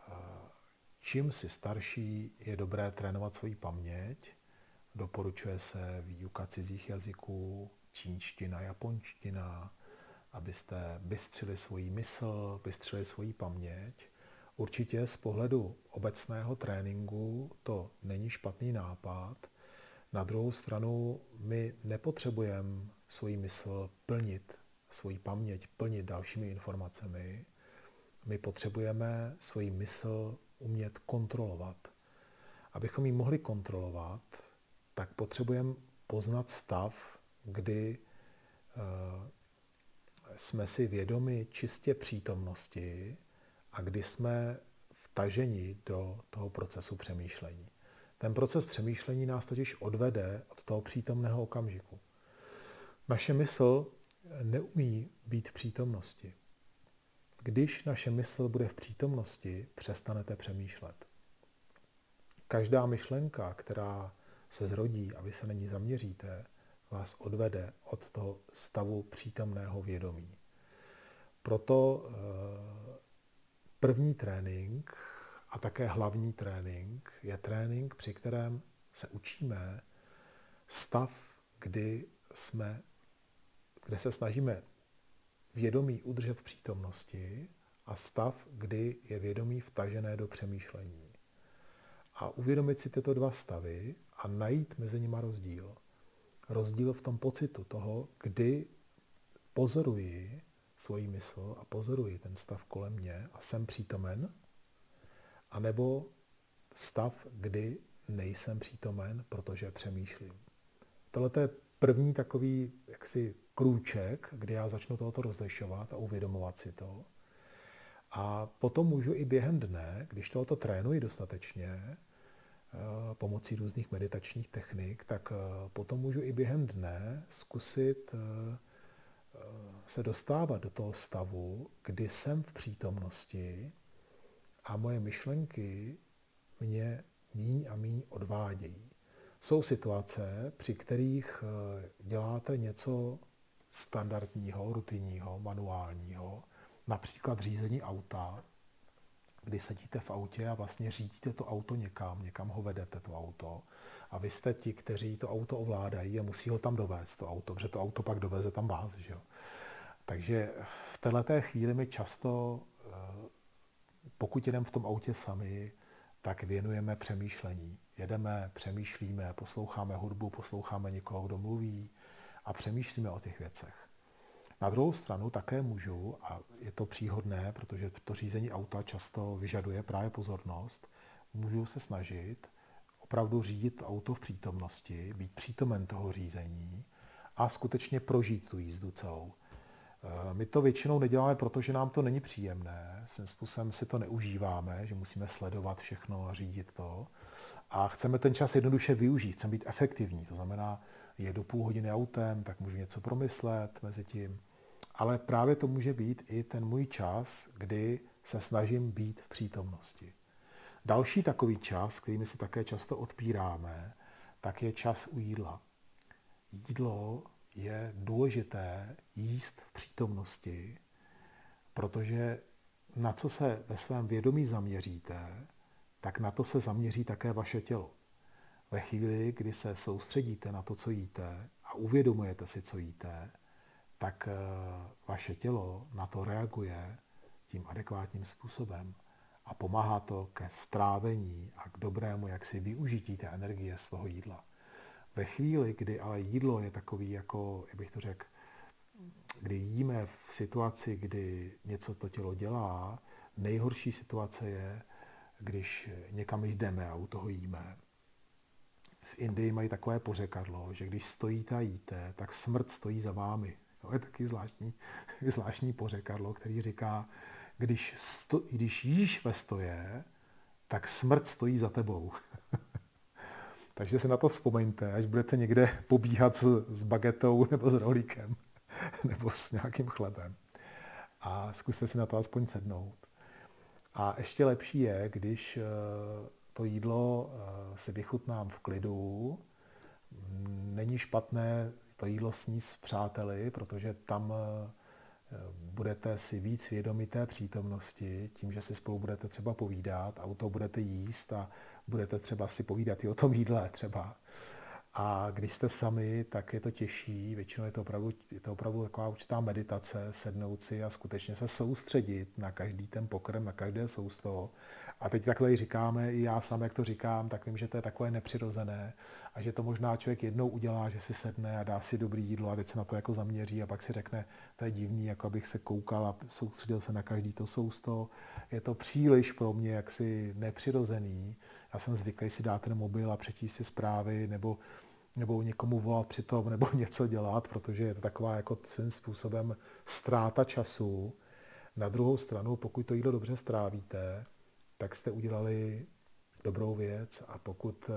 čím si starší, je dobré trénovat svoji paměť. Doporučuje se výuka cizích jazyků, čínština, japonština, abyste bystřili svoji mysl, bystřili svoji paměť. Určitě z pohledu obecného tréninku to není špatný nápad. Na druhou stranu my nepotřebujeme svoji mysl plnit, svoji paměť plnit dalšími informacemi. My potřebujeme svoji mysl umět kontrolovat. Abychom ji mohli kontrolovat, tak potřebujeme poznat stav, kdy uh, jsme si vědomi čistě přítomnosti a kdy jsme vtaženi do toho procesu přemýšlení. Ten proces přemýšlení nás totiž odvede od toho přítomného okamžiku. Naše mysl neumí být v přítomnosti. Když naše mysl bude v přítomnosti, přestanete přemýšlet. Každá myšlenka, která se zrodí a vy se na ní zaměříte, vás odvede od toho stavu přítomného vědomí. Proto první trénink a také hlavní trénink je trénink, při kterém se učíme stav, kdy jsme, kde se snažíme vědomí udržet v přítomnosti a stav, kdy je vědomí vtažené do přemýšlení. A uvědomit si tyto dva stavy a najít mezi nimi rozdíl. Rozdíl v tom pocitu toho, kdy pozoruji svoji mysl a pozoruji ten stav kolem mě a jsem přítomen, anebo stav, kdy nejsem přítomen, protože přemýšlím. Tohle je první takový jaksi krůček, kdy já začnu tohoto rozlišovat a uvědomovat si to. A potom můžu i během dne, když tohoto trénuji dostatečně, pomocí různých meditačních technik, tak potom můžu i během dne zkusit se dostávat do toho stavu, kdy jsem v přítomnosti a moje myšlenky mě míň a míň odvádějí. Jsou situace, při kterých děláte něco standardního, rutinního, manuálního, například řízení auta, kdy sedíte v autě a vlastně řídíte to auto někam, někam ho vedete, to auto, a vy jste ti, kteří to auto ovládají a musí ho tam dovést, to auto, protože to auto pak doveze tam vás. Že jo? Takže v této chvíli mi často, pokud jedeme v tom autě sami, tak věnujeme přemýšlení. Jedeme, přemýšlíme, posloucháme hudbu, posloucháme někoho, kdo mluví a přemýšlíme o těch věcech. Na druhou stranu také můžu, a je to příhodné, protože to řízení auta často vyžaduje právě pozornost, můžu se snažit opravdu řídit auto v přítomnosti, být přítomen toho řízení a skutečně prožít tu jízdu celou. My to většinou neděláme, protože nám to není příjemné, svým způsobem si to neužíváme, že musíme sledovat všechno a řídit to. A chceme ten čas jednoduše využít, chceme být efektivní, to znamená, jedu půl hodiny autem, tak můžu něco promyslet mezi tím. Ale právě to může být i ten můj čas, kdy se snažím být v přítomnosti. Další takový čas, který my si také často odpíráme, tak je čas u jídla. Jídlo je důležité jíst v přítomnosti, protože na co se ve svém vědomí zaměříte, tak na to se zaměří také vaše tělo. Ve chvíli, kdy se soustředíte na to, co jíte a uvědomujete si, co jíte, tak vaše tělo na to reaguje tím adekvátním způsobem a pomáhá to ke strávení a k dobrému jaksi využití té energie z toho jídla. Ve chvíli, kdy ale jídlo je takový, jako, jak bych to řekl, kdy jíme v situaci, kdy něco to tělo dělá, nejhorší situace je, když někam jdeme a u toho jíme. V Indii mají takové pořekadlo, že když stojíte a jíte, tak smrt stojí za vámi. To je taky zvláštní, zvláštní pořekadlo, který říká, když, sto, když jíš ve stoje, tak smrt stojí za tebou. Takže si na to vzpomeňte, až budete někde pobíhat s, s bagetou nebo s rohlíkem nebo s nějakým chlebem. A zkuste si na to aspoň sednout. A ještě lepší je, když to jídlo si vychutnám v klidu. Není špatné to jídlo sníst s přáteli, protože tam budete si víc vědomi té přítomnosti, tím, že si spolu budete třeba povídat a u toho budete jíst a budete třeba si povídat i o tom jídle třeba. A když jste sami, tak je to těžší, většinou je to opravdu, je to opravdu taková určitá meditace, sednout si a skutečně se soustředit na každý ten pokrm, na každé sousto. A teď takhle říkáme, i já sám, jak to říkám, tak vím, že to je takové nepřirozené a že to možná člověk jednou udělá, že si sedne a dá si dobrý jídlo a teď se na to jako zaměří a pak si řekne, to je divný, jako abych se koukal a soustředil se na každý to sousto. Je to příliš pro mě jaksi nepřirozený. Já jsem zvyklý si dát ten mobil a přečíst si zprávy nebo nebo někomu volat přitom, nebo něco dělat, protože je to taková jako svým způsobem ztráta času. Na druhou stranu, pokud to jídlo dobře strávíte, tak jste udělali dobrou věc a pokud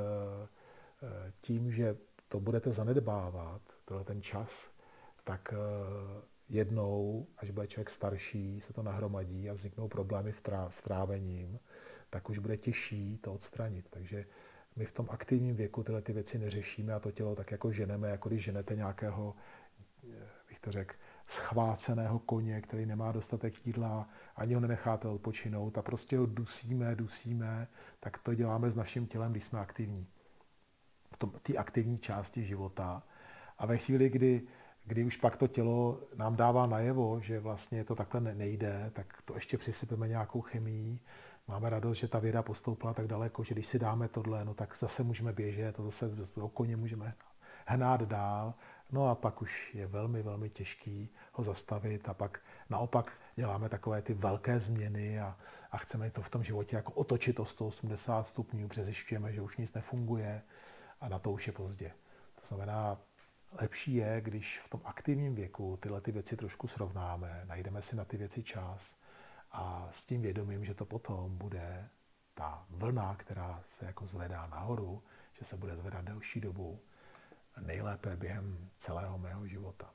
tím, že to budete zanedbávat, tohle ten čas, tak jednou, až bude člověk starší, se to nahromadí a vzniknou problémy s trávením, tak už bude těžší to odstranit. Takže my v tom aktivním věku tyhle ty věci neřešíme a to tělo tak jako ženeme, jako když ženete nějakého, bych to řekl, schváceného koně, který nemá dostatek jídla, ani ho nenecháte odpočinout a prostě ho dusíme, dusíme, tak to děláme s naším tělem, když jsme aktivní. V tom, té aktivní části života. A ve chvíli, kdy, kdy už pak to tělo nám dává najevo, že vlastně to takhle nejde, tak to ještě přisypeme nějakou chemií. Máme radost, že ta věda postoupila tak daleko, že když si dáme tohle, no tak zase můžeme běžet a zase do koně můžeme hnát dál. No a pak už je velmi, velmi těžký ho zastavit a pak naopak děláme takové ty velké změny a, a chceme to v tom životě jako otočit o sto osmdesát stupňů, přezjišťujeme, že už nic nefunguje a na to už je pozdě. To znamená, lepší je, když v tom aktivním věku tyhle ty věci trošku srovnáme, najdeme si na ty věci čas A s tím vědomím, že to potom bude ta vlna, která se jako zvedá nahoru, že se bude zvedat delší dobu, nejlépe během celého mého života.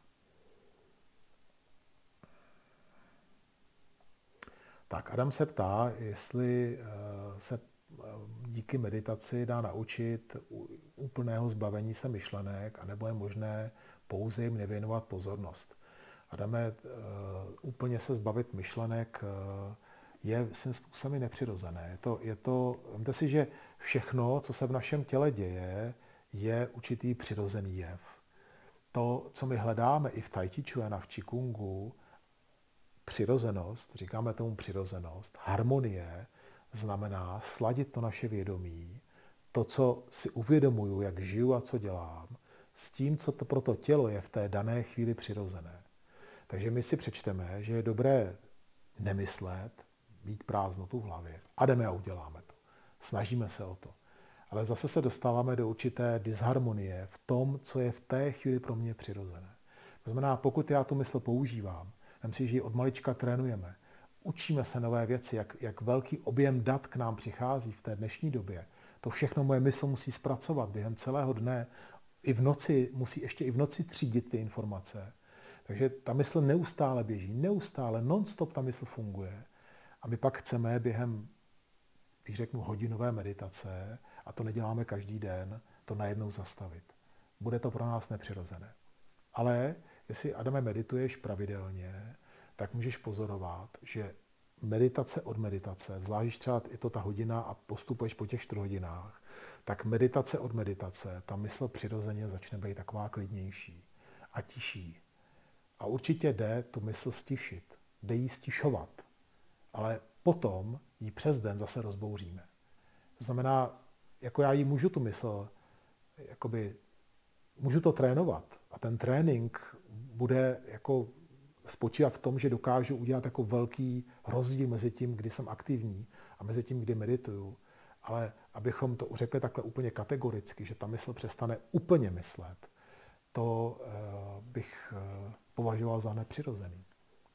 Tak Adam se ptá, jestli se díky meditaci dá naučit úplného zbavení se myšlenek, anebo je možné pouze jim nevěnovat pozornost. Adame, úplně se zbavit myšlenek je svým způsobem nepřirozené. Je to, je to, vemte si, že všechno, co se v našem těle děje, je určitý přirozený jev. To, co my hledáme i v Tai Chi Chuan a v Qigongu, přirozenost, říkáme tomu přirozenost, harmonie, znamená sladit to naše vědomí, to, co si uvědomuju, jak žiju a co dělám, s tím, co to pro to tělo je v té dané chvíli přirozené. Takže my si přečteme, že je dobré nemyslet, mít prázdnotu v hlavě. A jdeme a uděláme to. Snažíme se o to. Ale zase se dostáváme do určité disharmonie v tom, co je v té chvíli pro mě přirozené. To znamená, pokud já tu mysl používám, myslím si, že ji od malička trénujeme, učíme se nové věci, jak, jak velký objem dat k nám přichází v té dnešní době. To všechno moje mysl musí zpracovat během celého dne. I v noci, musí ještě i v noci třídit ty informace. Takže ta mysl neustále běží, neustále, non-stop ta mysl funguje. A my pak chceme během, když řeknu, hodinové meditace, a to neděláme každý den, to najednou zastavit. Bude to pro nás nepřirozené. Ale jestli, Adame, medituješ pravidelně, tak můžeš pozorovat, že meditace od meditace, zvlášť třeba je to ta hodina a postupuješ po těch čtyř hodinách, tak meditace od meditace, ta mysl přirozeně začne být taková klidnější a tiší. A určitě jde tu mysl stišit, jde jí stišovat, ale potom ji přes den zase rozbouříme. To znamená, jako já jí můžu tu mysl, jakoby, můžu to trénovat a ten trénink bude jako spočívat v tom, že dokážu udělat jako velký rozdíl mezi tím, kdy jsem aktivní a mezi tím, kdy medituju. Ale abychom to řekli takhle úplně kategoricky, že ta mysl přestane úplně myslet, to uh, bych uh, považoval za nepřirozený.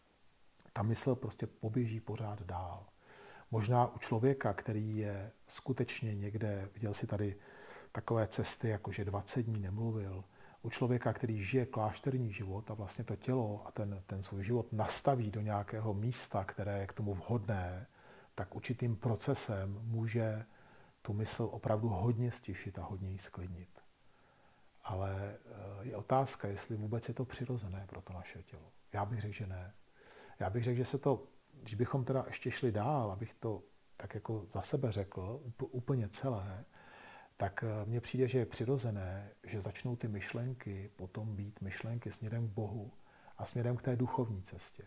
Ta mysl prostě poběží pořád dál. Možná u člověka, který je skutečně někde, viděl si tady takové cesty, jako že dvacet dní nemluvil, u člověka, který žije klášterní život a vlastně to tělo a ten, ten svůj život nastaví do nějakého místa, které je k tomu vhodné, tak určitým procesem může tu mysl opravdu hodně stišit a hodně ji sklidnit. Ale je otázka, jestli vůbec je to přirozené pro to naše tělo. Já bych řekl, že ne. Já bych řekl, že se to, když bychom teda ještě šli dál, abych to tak jako za sebe řekl, úplně celé, tak mně přijde, že je přirozené, že začnou ty myšlenky potom být myšlenky směrem k Bohu a směrem k té duchovní cestě.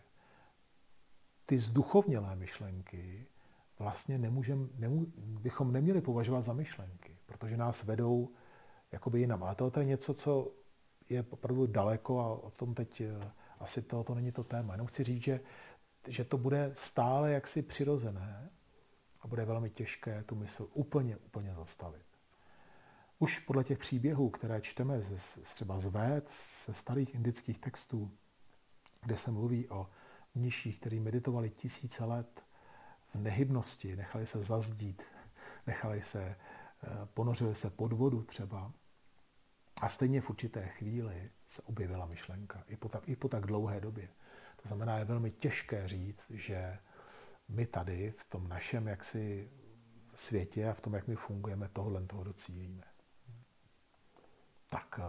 Ty zduchovnělé myšlenky vlastně nemůžem, nemů, bychom neměli považovat za myšlenky, protože nás vedou jakoby jinam. Ale to je něco, co je opravdu daleko a o tom teď asi to, to není to téma. Jenom chci říct, že, že to bude stále jaksi přirozené a bude velmi těžké tu mysl úplně, úplně zastavit. Už podle těch příběhů, které čteme z, třeba z Véd, ze starých indických textů, kde se mluví o mniších, kteří meditovali tisíce let v nehybnosti, nechali se zazdít, nechali se, ponořili se pod vodu třeba. A stejně v určité chvíli se objevila myšlenka, i po, tak, i po tak dlouhé době. To znamená, je velmi těžké říct, že my tady v tom našem jaksi světě a v tom, jak my fungujeme, tohle toho docílíme. Tak,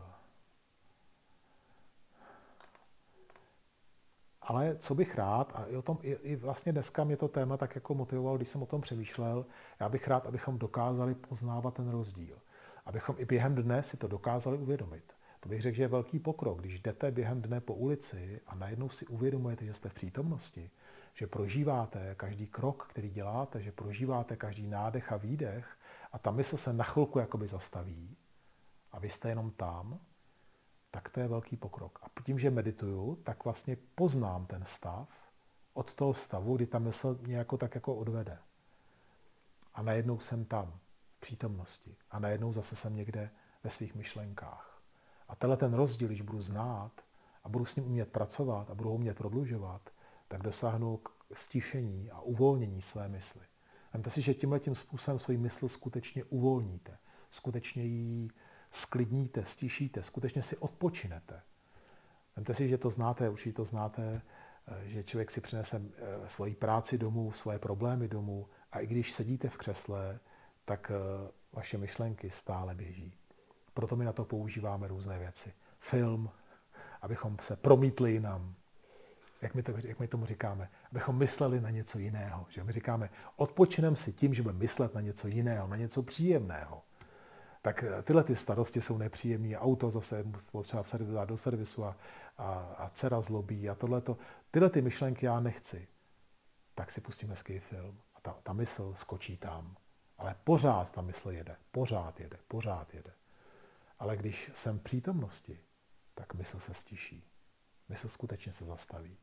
ale co bych rád, a i, o tom, i, i vlastně dneska mě to téma tak jako motivoval, když jsem o tom přemýšlel, já bych rád, abychom dokázali poznávat ten rozdíl. Abychom i během dne si to dokázali uvědomit. To bych řekl, že je velký pokrok, když jdete během dne po ulici a najednou si uvědomujete, že jste v přítomnosti, že prožíváte každý krok, který děláte, že prožíváte každý nádech a výdech a ta mysl se na chvilku jakoby zastaví a vy jste jenom tam, tak to je velký pokrok. A tím, že medituju, tak vlastně poznám ten stav od toho stavu, kdy ta mysl mě jako tak jako odvede. A najednou jsem tam, v přítomnosti. A najednou zase jsem někde ve svých myšlenkách. A tenhle ten rozdíl, když budu znát a budu s ním umět pracovat a budu ho umět prodlužovat, tak dosáhnu stišení a uvolnění své mysli. Vemte si, že tímhletím způsobem svůj mysl skutečně uvolníte, skutečně ji sklidníte, stišíte, skutečně si odpočinete. Vemte si, že to znáte, určitě to znáte, že člověk si přinese svoji práci domů, svoje problémy domů a i když sedíte v křesle, tak vaše myšlenky stále běží. Proto my na to používáme různé věci. Film, abychom se promítli jinam. Jak my, to, jak my tomu říkáme? Abychom mysleli na něco jiného. Že my říkáme, odpočinem si tím, že budeme myslet na něco jiného, na něco příjemného. Tak tyhle ty starosti jsou nepříjemné. Auto zase potřeba dát do servisu a, a, a dcera zlobí a tohleto. Tyhle ty myšlenky já nechci. Tak si pustím hezký film. A ta, ta mysl skočí tam. Ale pořád ta mysl jede. Pořád jede. Pořád jede. Ale když jsem v přítomnosti, tak mysl se stiší. Mysl skutečně se zastaví.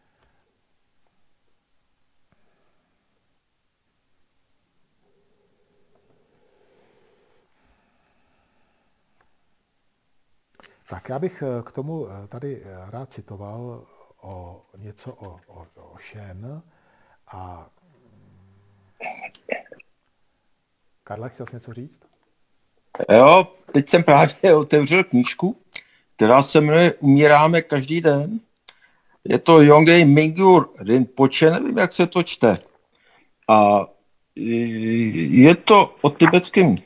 Tak já bych k tomu tady rád citoval o něco o, o, o Shen a Karla, chtěl jsi něco říct? Jo, teď jsem právě otevřel knížku, která se jmenuje Umíráme každý den. Je to Yongey Mingyur Rinpoche, nevím, jak se to čte. A je to o tibetském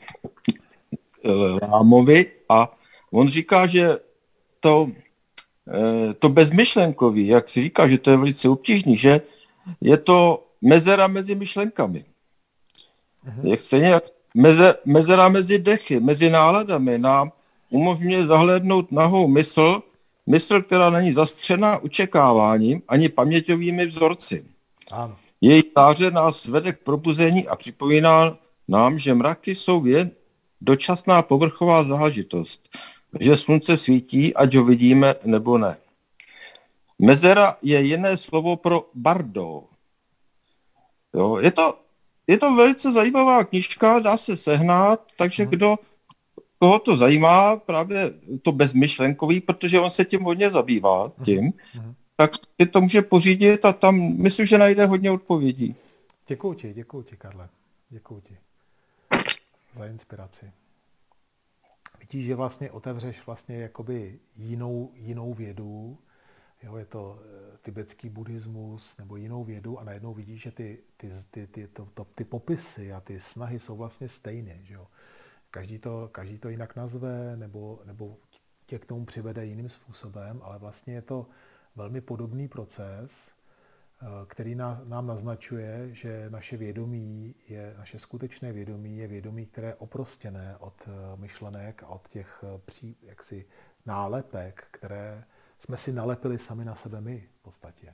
lámovi a on říká, že to, to bezmyšlenkový, jak si říká, že to je velice obtížný, že je to mezera mezi myšlenkami. Mm-hmm. Jak stejně jak meze, mezera mezi dechy, mezi náladami nám umožňuje zahlédnout nahou mysl, mysl, která není zastřená očekáváním ani paměťovými vzorci. Ano. Její záře nás vede k probuzení a připomíná nám, že mraky jsou jen dočasná povrchová záležitost, že slunce svítí, ať ho vidíme nebo ne. Mezera je jiné slovo pro bardo. Jo, je to, je to velice zajímavá knížka, dá se sehnat, takže hmm. kdo koho to zajímá, právě to bezmyšlenkový, protože on se tím hodně zabývá, tím, hmm. tak si to může pořídit a tam myslím, že najde hodně odpovědí. Děkuju ti, děkuju ti, Karle. Děkuju ti za inspiraci. Vidíš, že vlastně otevřeš vlastně jakoby jinou, jinou vědu, jo, je to tibetský buddhismus nebo jinou vědu a najednou vidíš, že ty, ty, ty, ty, to, to, ty popisy a ty snahy jsou vlastně stejné. Že jo. Každý, to, každý to jinak nazve nebo, nebo tě k tomu přivede jiným způsobem, ale vlastně je to velmi podobný proces, který nám naznačuje, že naše vědomí je, naše skutečné vědomí je vědomí, které je oprostěné od myšlenek a od těch pří, jaksi nálepek, které jsme si nalepili sami na sebe my v podstatě.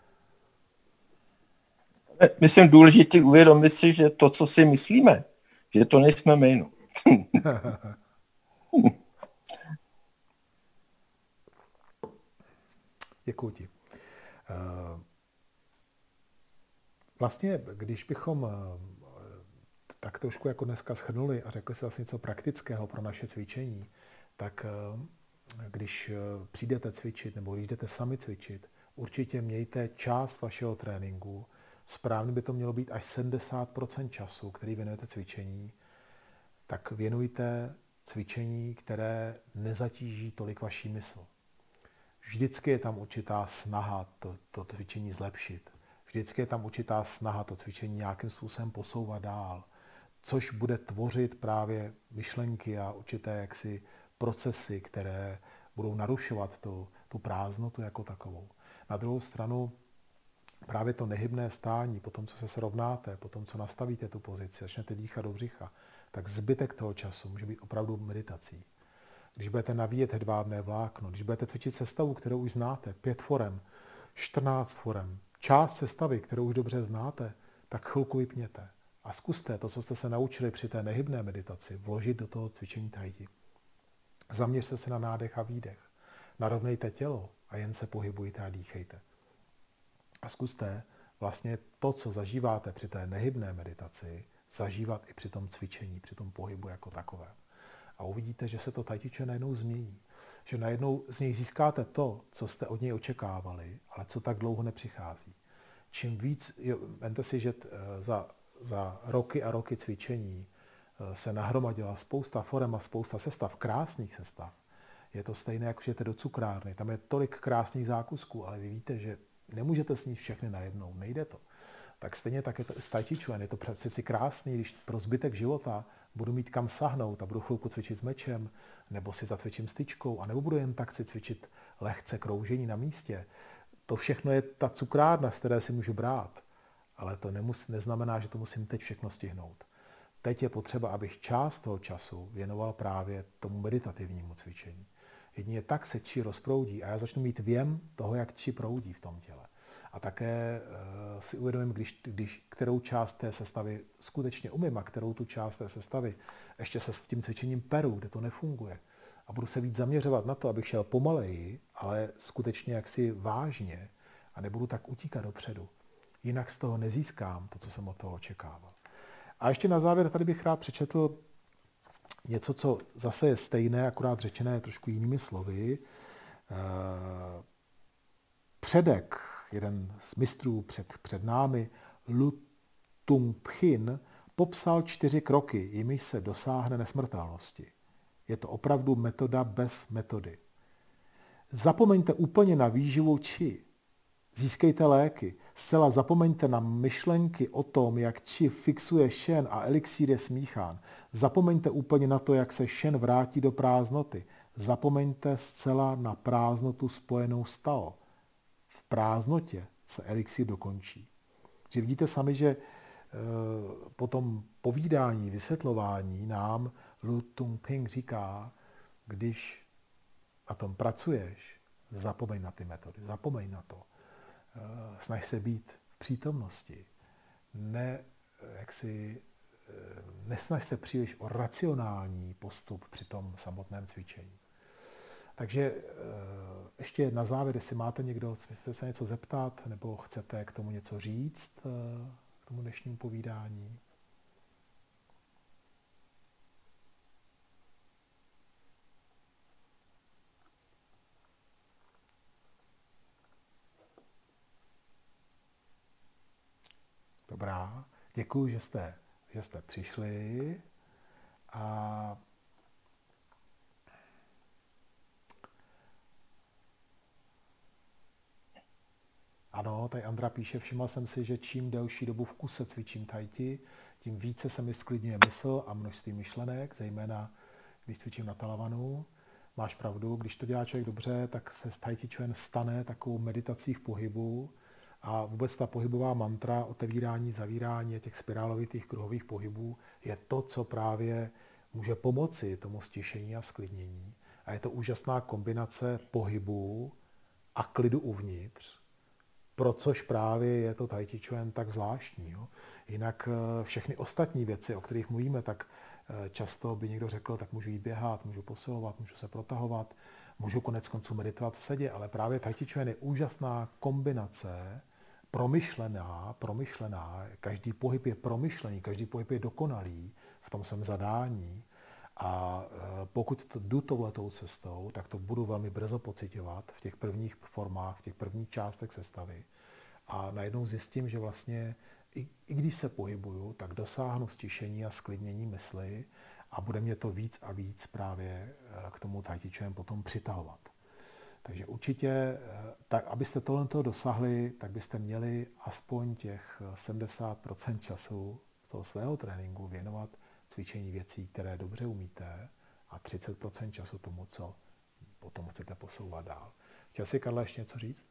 Myslím důležité uvědomit si, že to, co si myslíme, že to nejsme my. No. Děkuji ti. Vlastně, když bychom tak trošku jako dneska shrnuli a řekli si asi něco praktického pro naše cvičení, tak když přijdete cvičit nebo když jdete sami cvičit, určitě mějte část vašeho tréninku. Správně by to mělo být až sedmdesát procent času, který věnujete cvičení, tak věnujte cvičení, které nezatíží tolik vaší mysl. Vždycky je tam určitá snaha to, to cvičení zlepšit. Vždycky je tam určitá snaha to cvičení nějakým způsobem posouvat dál, což bude tvořit právě myšlenky a určité jaksi procesy, které budou narušovat tu, tu prázdnotu jako takovou. Na druhou stranu právě to nehybné stání, po tom, co se srovnáte, po tom, co nastavíte tu pozici, začnete dýchat do břicha, tak zbytek toho času může být opravdu meditací. Když budete navíjet hedvábné vlákno, když budete cvičit sestavu, kterou už znáte, pět forem, čtrnáct forem, část sestavy, kterou už dobře znáte, tak chvilku vypněte a zkuste to, co jste se naučili při té nehybné meditaci, vložit do toho cvičení tai chi. Zaměřte se na nádech a výdech. Narovnejte tělo a jen se pohybujte a dýchejte. A zkuste vlastně to, co zažíváte při té nehybné meditaci, zažívat i při tom cvičení, při tom pohybu jako takovém. A uvidíte, že se to tai chi chuan najednou změní. Že najednou z něj získáte to, co jste od něj očekávali, ale co tak dlouho nepřichází. čím víc, jo, vemte si, že za, za roky a roky cvičení se nahromadila spousta forem a spousta sestav, krásných sestav. Je to stejné, jako že jdete do cukrárny. Tam je tolik krásných zákusků, ale vy víte, že nemůžete sníst všechny najednou. Nejde to. Tak stejně tak je to i s Tai Chi Chuan. Je to přeci krásný, když pro zbytek života budu mít kam sahnout a budu chvilku cvičit s mečem, nebo si zacvičím styčkou, a nebo budu jen tak si cvičit lehce kroužení na místě. To všechno je ta cukrárna, z které si můžu brát. Ale to nemus, neznamená, že to musím teď všechno stihnout. Teď je potřeba, abych část toho času věnoval právě tomu meditativnímu cvičení. Jedině tak se či rozproudí a já začnu mít věm toho, jak či proudí v tom těle. A také uh, si uvědomím, když, když, kterou část té sestavy skutečně umím a kterou tu část té sestavy ještě se s tím cvičením peru, kde to nefunguje. A budu se víc zaměřovat na to, abych šel pomaleji, ale skutečně jaksi vážně a nebudu tak utíkat dopředu. Jinak z toho nezískám to, co jsem od toho očekával. A ještě na závěr tady bych rád přečetl něco, co zase je stejné, akorát řečené trošku jinými slovy. Předek, jeden z mistrů před, před námi, Lu Tung Pchin, popsal čtyři kroky, jimiž se dosáhne nesmrtelnosti. Je to opravdu metoda bez metody. Zapomeňte úplně na výživu či. Získejte léky. Zcela zapomeňte na myšlenky o tom, jak či fixuje šen a elixír je smíchán. Zapomeňte úplně na to, jak se šen vrátí do prázdnoty. Zapomeňte zcela na prázdnotu spojenou s Tao. V prázdnotě se elixír dokončí. Že vidíte sami, že e, po tom povídání, vysvětlování nám Lu Tung Ping říká, když na tom pracuješ, zapomeň na ty metody, zapomeň na to. Snaž se být v přítomnosti. Ne, jak si, nesnaž se příliš o racionální postup při tom samotném cvičení. Takže ještě na závěr, jestli máte někdo, chcete se něco zeptat, nebo chcete k tomu něco říct, k tomu dnešnímu povídání. Dobrá, děkuji, že jste, že jste přišli. A ano, tady Andra píše, všiml jsem si, že čím delší dobu v kuse cvičím tai chi, tím více se mi sklidňuje mysl a množství myšlenek, zejména když cvičím na talavanu. Máš pravdu, když to dělá člověk dobře, tak se z Tai Chi Chuan stane takovou meditací v pohybu. A vůbec ta pohybová mantra, otevírání, zavírání a těch spirálovitých kruhových pohybů je to, co právě může pomoci tomu stišení a sklidnění. A je to úžasná kombinace pohybu a klidu uvnitř, pro což právě je to Tai Chi Chuan tak zvláštní. Jo? Jinak všechny ostatní věci, o kterých mluvíme, tak často by někdo řekl, tak můžu jít běhat, můžu posilovat, můžu se protahovat, můžu konec konců meditovat v sedě, ale právě Tai Chi Chuan je úžasná kombinace, promyšlená, promyšlená, každý pohyb je promyšlený, každý pohyb je dokonalý v tom svém zadání a pokud to jdu touhletou cestou, tak to budu velmi brzo pociťovat v těch prvních formách, v těch prvních částech sestavy a najednou zjistím, že vlastně i, i když se pohybuju, tak dosáhnu stišení a sklidnění mysli a bude mě to víc a víc právě k tomu Tai Chi Chuan potom přitahovat. Takže určitě, tak abyste tohle dosahli, tak byste měli aspoň těch sedmdesát procent času z toho svého tréninku věnovat cvičení věcí, které dobře umíte a třicet procent času tomu, co potom chcete posouvat dál. Chtěl jsi, Karle, ještě něco říct?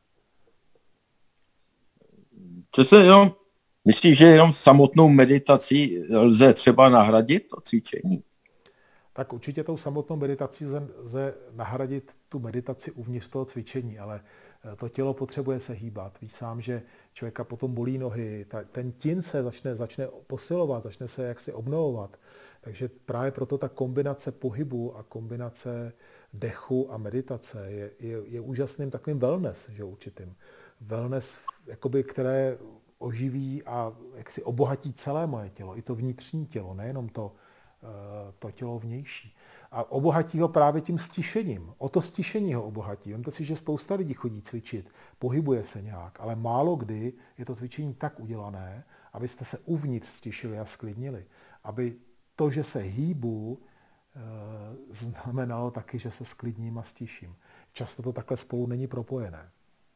Co se jenom, myslíš, že jenom samotnou meditací lze třeba nahradit to cvičení? Tak určitě tou samotnou meditací lze nahradit tu meditaci uvnitř toho cvičení, ale to tělo potřebuje se hýbat. Víš sám, že člověka potom bolí nohy, ten tin se začne, začne posilovat, začne se jaksi obnovovat. Takže právě proto ta kombinace pohybu a kombinace dechu a meditace je, je, je úžasným takovým wellness, že určitým. Wellness, jakoby, které oživí a jaksi obohatí celé moje tělo, i to vnitřní tělo, nejenom to to tělo vnější. A obohatí ho právě tím stišením. O to stišení ho obohatí. Vemte si, že spousta lidí chodí cvičit, pohybuje se nějak, ale málo kdy je to cvičení tak udělané, abyste se uvnitř stišili a sklidnili. Aby to, že se hýbu, znamenalo taky, že se sklidním a stiším. Často to takhle spolu není propojené.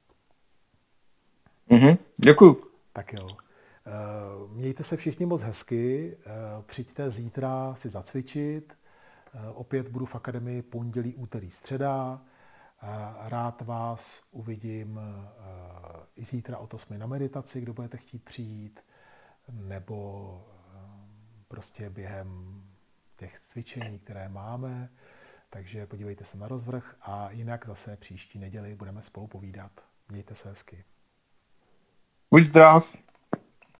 Mm-hmm. Děkuju. Tak jo. Mějte se všichni moc hezky, přijďte zítra si zacvičit, opět budu v akademii pondělí, úterý, středa. Rád vás uvidím i zítra od osmi na meditaci, kdo budete chtít přijít, nebo prostě během těch cvičení, které máme. Takže podívejte se na rozvrh a jinak zase příští neděli budeme spolu povídat. Mějte se hezky. Buď zdrav.